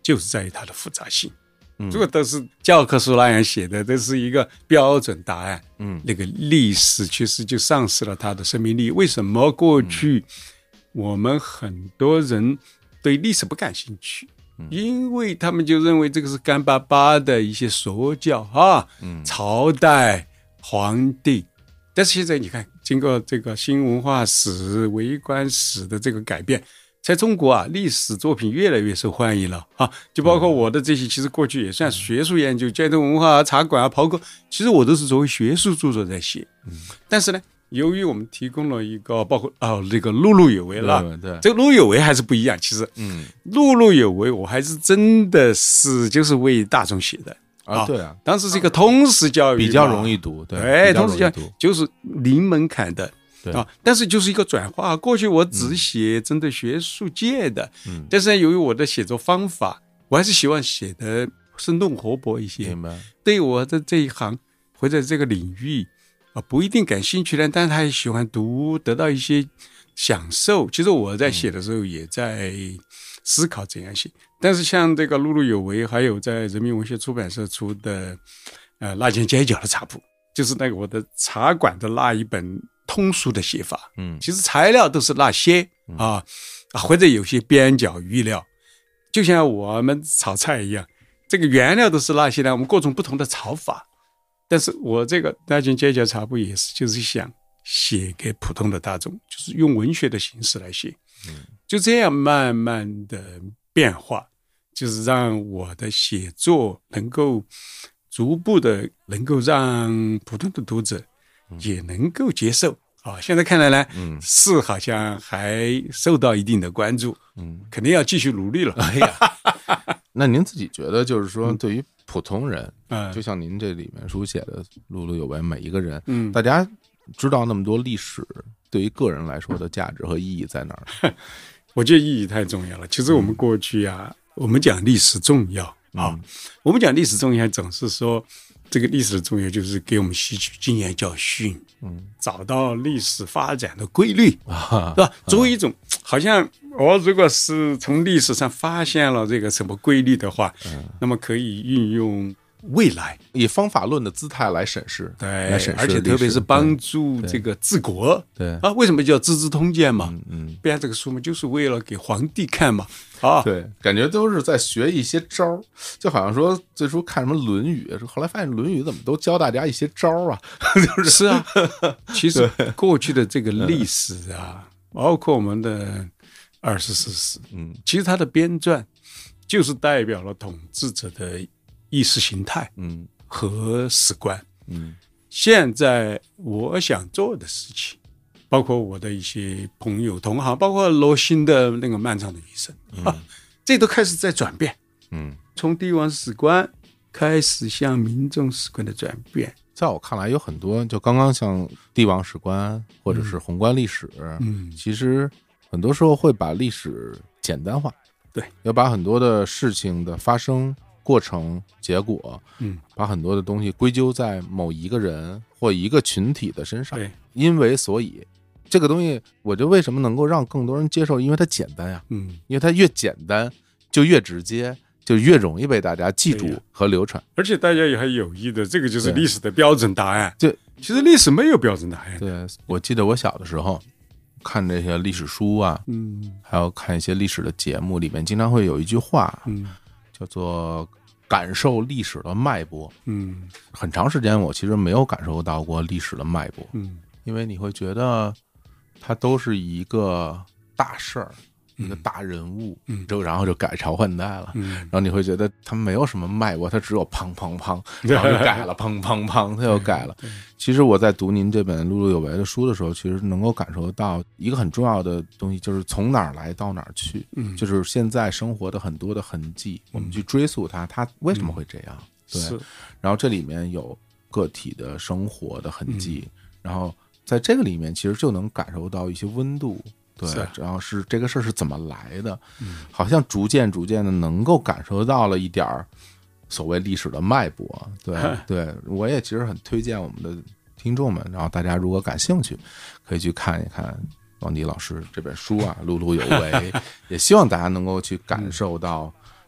就是在于它的复杂性。这个都是教科书那样写的，这是一个标准答案。嗯，那个历史确实就丧失了它的生命力。为什么过去我们很多人对历史不感兴趣？嗯、因为他们就认为这个是干巴巴的一些说教啊，嗯、朝代、皇帝。但是现在你看，经过这个新文化史、微观史的这个改变。在中国啊，历史作品越来越受欢迎了啊！就包括我的这些，其实过去也算学术研究、街头文化啊、茶馆啊、刨沟，其实我都是作为学术著作在写。嗯，但是呢，由于我们提供了一个包括哦，这个碌碌有为了， 对，对这个碌碌有为还是不一样。其实，嗯，碌碌有为，我还是真的是就是为大众写的啊。对啊， 当时是一个通识教育， 比较容易读，对， 哎，通识教育就是零门槛的。啊，但是就是一个转化。过去我只写针对学术界的，嗯，但是由于我的写作方法，我还是希望写的生动活泼一些。 明白？ 对我的这一行或者这个领域啊，不一定感兴趣的，但是他也喜欢读，得到一些享受。其实我在写的时候也在思考怎样写。嗯、但是像这个碌碌有为，还有在人民文学出版社出的呃《辣尖街角的茶谱》，就是那个我的茶馆的那一本。通俗的写法，嗯，其实材料都是那些、嗯、啊，或者有些边角余料，就像我们炒菜一样，这个原料都是那些呢，我们各种不同的炒法。但是我这个大金街角茶铺也是，就是想写给普通的大众，就是用文学的形式来写，嗯，就这样慢慢的变化，就是让我的写作能够逐步的能够让普通的读者也能够接受。啊，现在看来呢，嗯，是好像还受到一定的关注，嗯，肯定要继续努力了。 哎呀，那您自己觉得，就是说，对于普通人，嗯，就像您这里面书写的碌碌有为，每一个人，嗯，大家知道那么多历史，对于个人来说的价值和意义在哪儿？ 我觉得意义太重要了。其实我们过去啊，嗯、我们讲历史重要啊，嗯、我们讲历史重要，总是说。这个历史的重要就是给我们吸取经验教训，嗯，找到历史发展的规律，啊、是吧？作为一种，好像我如果是从历史上发现了这个什么规律的话，嗯，那么可以运用未来， 以方法论的姿态来审视， 对， 来审视， 而且特别是帮助这个治国， 对啊，为什么叫《资治通鉴》嘛？嗯嗯，编这个书嘛，就是为了给皇帝看嘛。啊， 对，感觉都是在学一些招，就好像说最初看什么《论语》，后来发现《论语》怎么都教大家一些招啊， 就是是啊。其实过去的这个历史啊，包括我们的二十四史，嗯，其实它的编撰就是代表了统治者的意识形态，嗯，和史观，嗯。现在我想做的事情。包括我的一些朋友同行，包括罗新的那个漫长的一生、嗯啊、这都开始在转变，嗯，从帝王史观开始向民众史观的转变。 在我看来，有很多就刚刚像帝王史观或者是宏观历史，嗯，其实很多时候会把历史简单化， 对， 要把很多的事情的发生过程、结果，嗯，把很多的东西归咎在某一个人或一个群体的身上， 对， 因为所以。这个东西，我就为什么能够让更多人接受？因为它简单呀，嗯，因为它越简单，就越直接，就越容易被大家记住和流传。 而且大家也还有意的，这个就是历史的标准答案。 对， 其实历史没有标准答案。 对，我记得我小的时候看这些历史书啊，嗯，还有看一些历史的节目，里面经常会有一句话，嗯，叫做“感受历史的脉搏”。嗯，很长时间我其实没有感受到过历史的脉搏，嗯，因为你会觉得。它都是一个大事儿，一个大人物，嗯，就然后就改朝换代了，嗯，然后你会觉得它没有什么脉搏，它只有砰砰砰，然后就改了，砰砰砰，它又改了。其实我在读您这本《碌碌有为》的书的时候，其实能够感受到一个很重要的东西，就是从哪儿来到哪儿去，嗯，就是现在生活的很多的痕迹，我们去追溯它，它为什么会这样？对，然后这里面有个体的生活的痕迹，然后。在这个里面，其实就能感受到一些温度，对，然后是这个事儿是怎么来的，嗯，好像逐渐逐渐的能够感受到了一点所谓历史的脉搏，对对，我也其实很推荐我们的听众们，然后大家如果感兴趣，可以去看一看王迪老师这本书啊，《碌碌有为》，也希望大家能够去感受到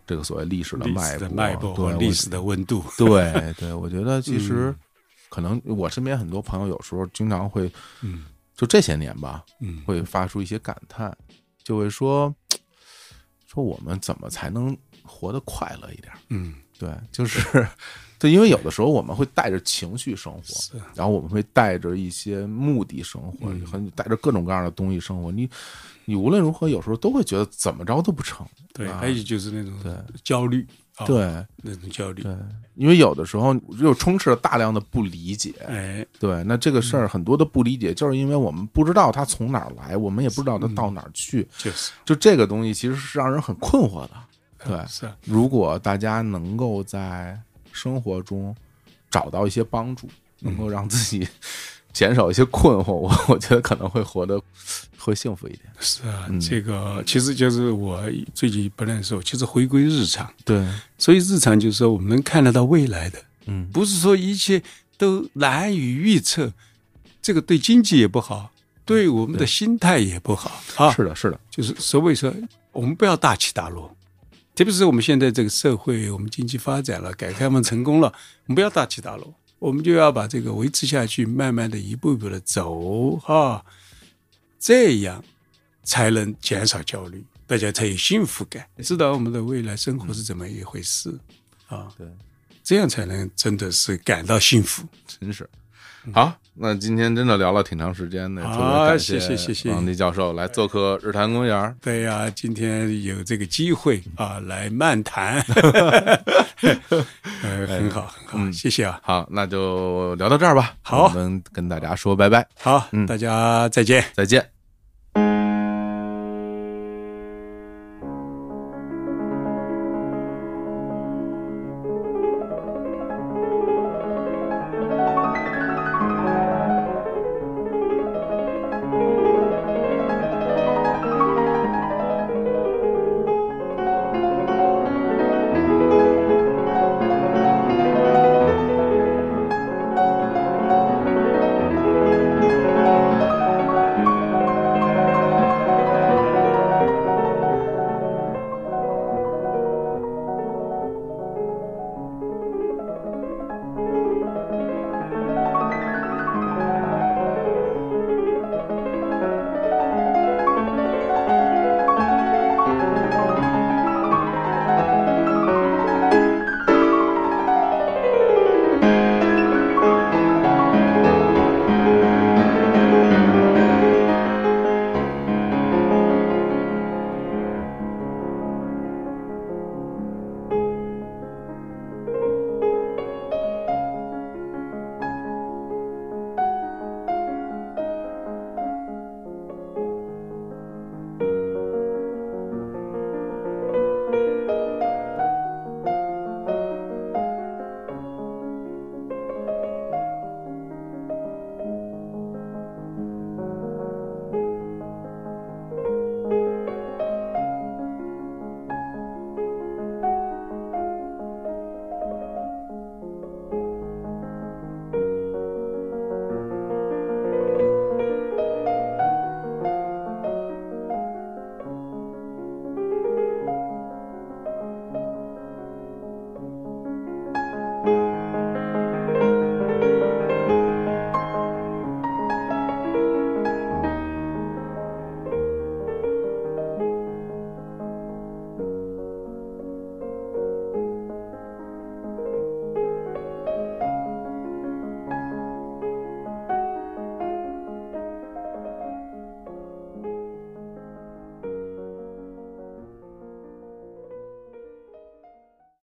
这个所谓历史的脉搏， 脉搏和历史的温度。 对对，我觉得其实可能我身边很多朋友有时候经常会，嗯，就这些年吧，嗯，会发出一些感叹，就会说说我们怎么才能活得快乐一点？嗯，对，就是对，因为有的时候我们会带着情绪生活，然后我们会带着一些目的生活，很带着各种各样的东西生活，你。你无论如何，有时候都会觉得怎么着都不成。 对，还有就是那种焦虑， 对那种焦虑。 对，因为有的时候又充斥了大量的不理解。 哎， 对，那这个事儿很多的不理解，就是因为我们不知道它从哪儿来，我们也不知道它到哪儿去。 就是， 就这个东西其实是让人很困惑的。对， 是。 如果大家能够在生活中找到一些帮助，能够让自己减少一些困惑，我我觉得可能会活得。会幸福一点。 是啊，嗯、这个其实就是我最近本来说，其实回归日常。 对， 所以日常就是说我们能看得到未来的， 嗯， 不是说一切都难以预测，这个对经济也不好，对我们的心态也不好啊。 是的，是的， 就是所谓说，我们不要大起大落，特别是我们现在这个社会，我们经济发展了，改革开放成功了，我们不要大起大落，我们就要把这个维持下去，慢慢的一步一步的走哈。这样才能减少焦虑，大家才有幸福感，知道我们的未来生活是怎么一回事、嗯、啊？ 对， 这样才能真的是感到幸福。 真是好，那今天真的聊了挺长时间的，特别感谢谢谢谢谢王迪教授来做客日坛公园。 对呀、啊，今天有这个机会啊，来漫谈，呃，很好很好、嗯，谢谢啊。 好，那就聊到这儿吧。 好， 我们跟大家说拜拜。 好，嗯，大家再见， 再见。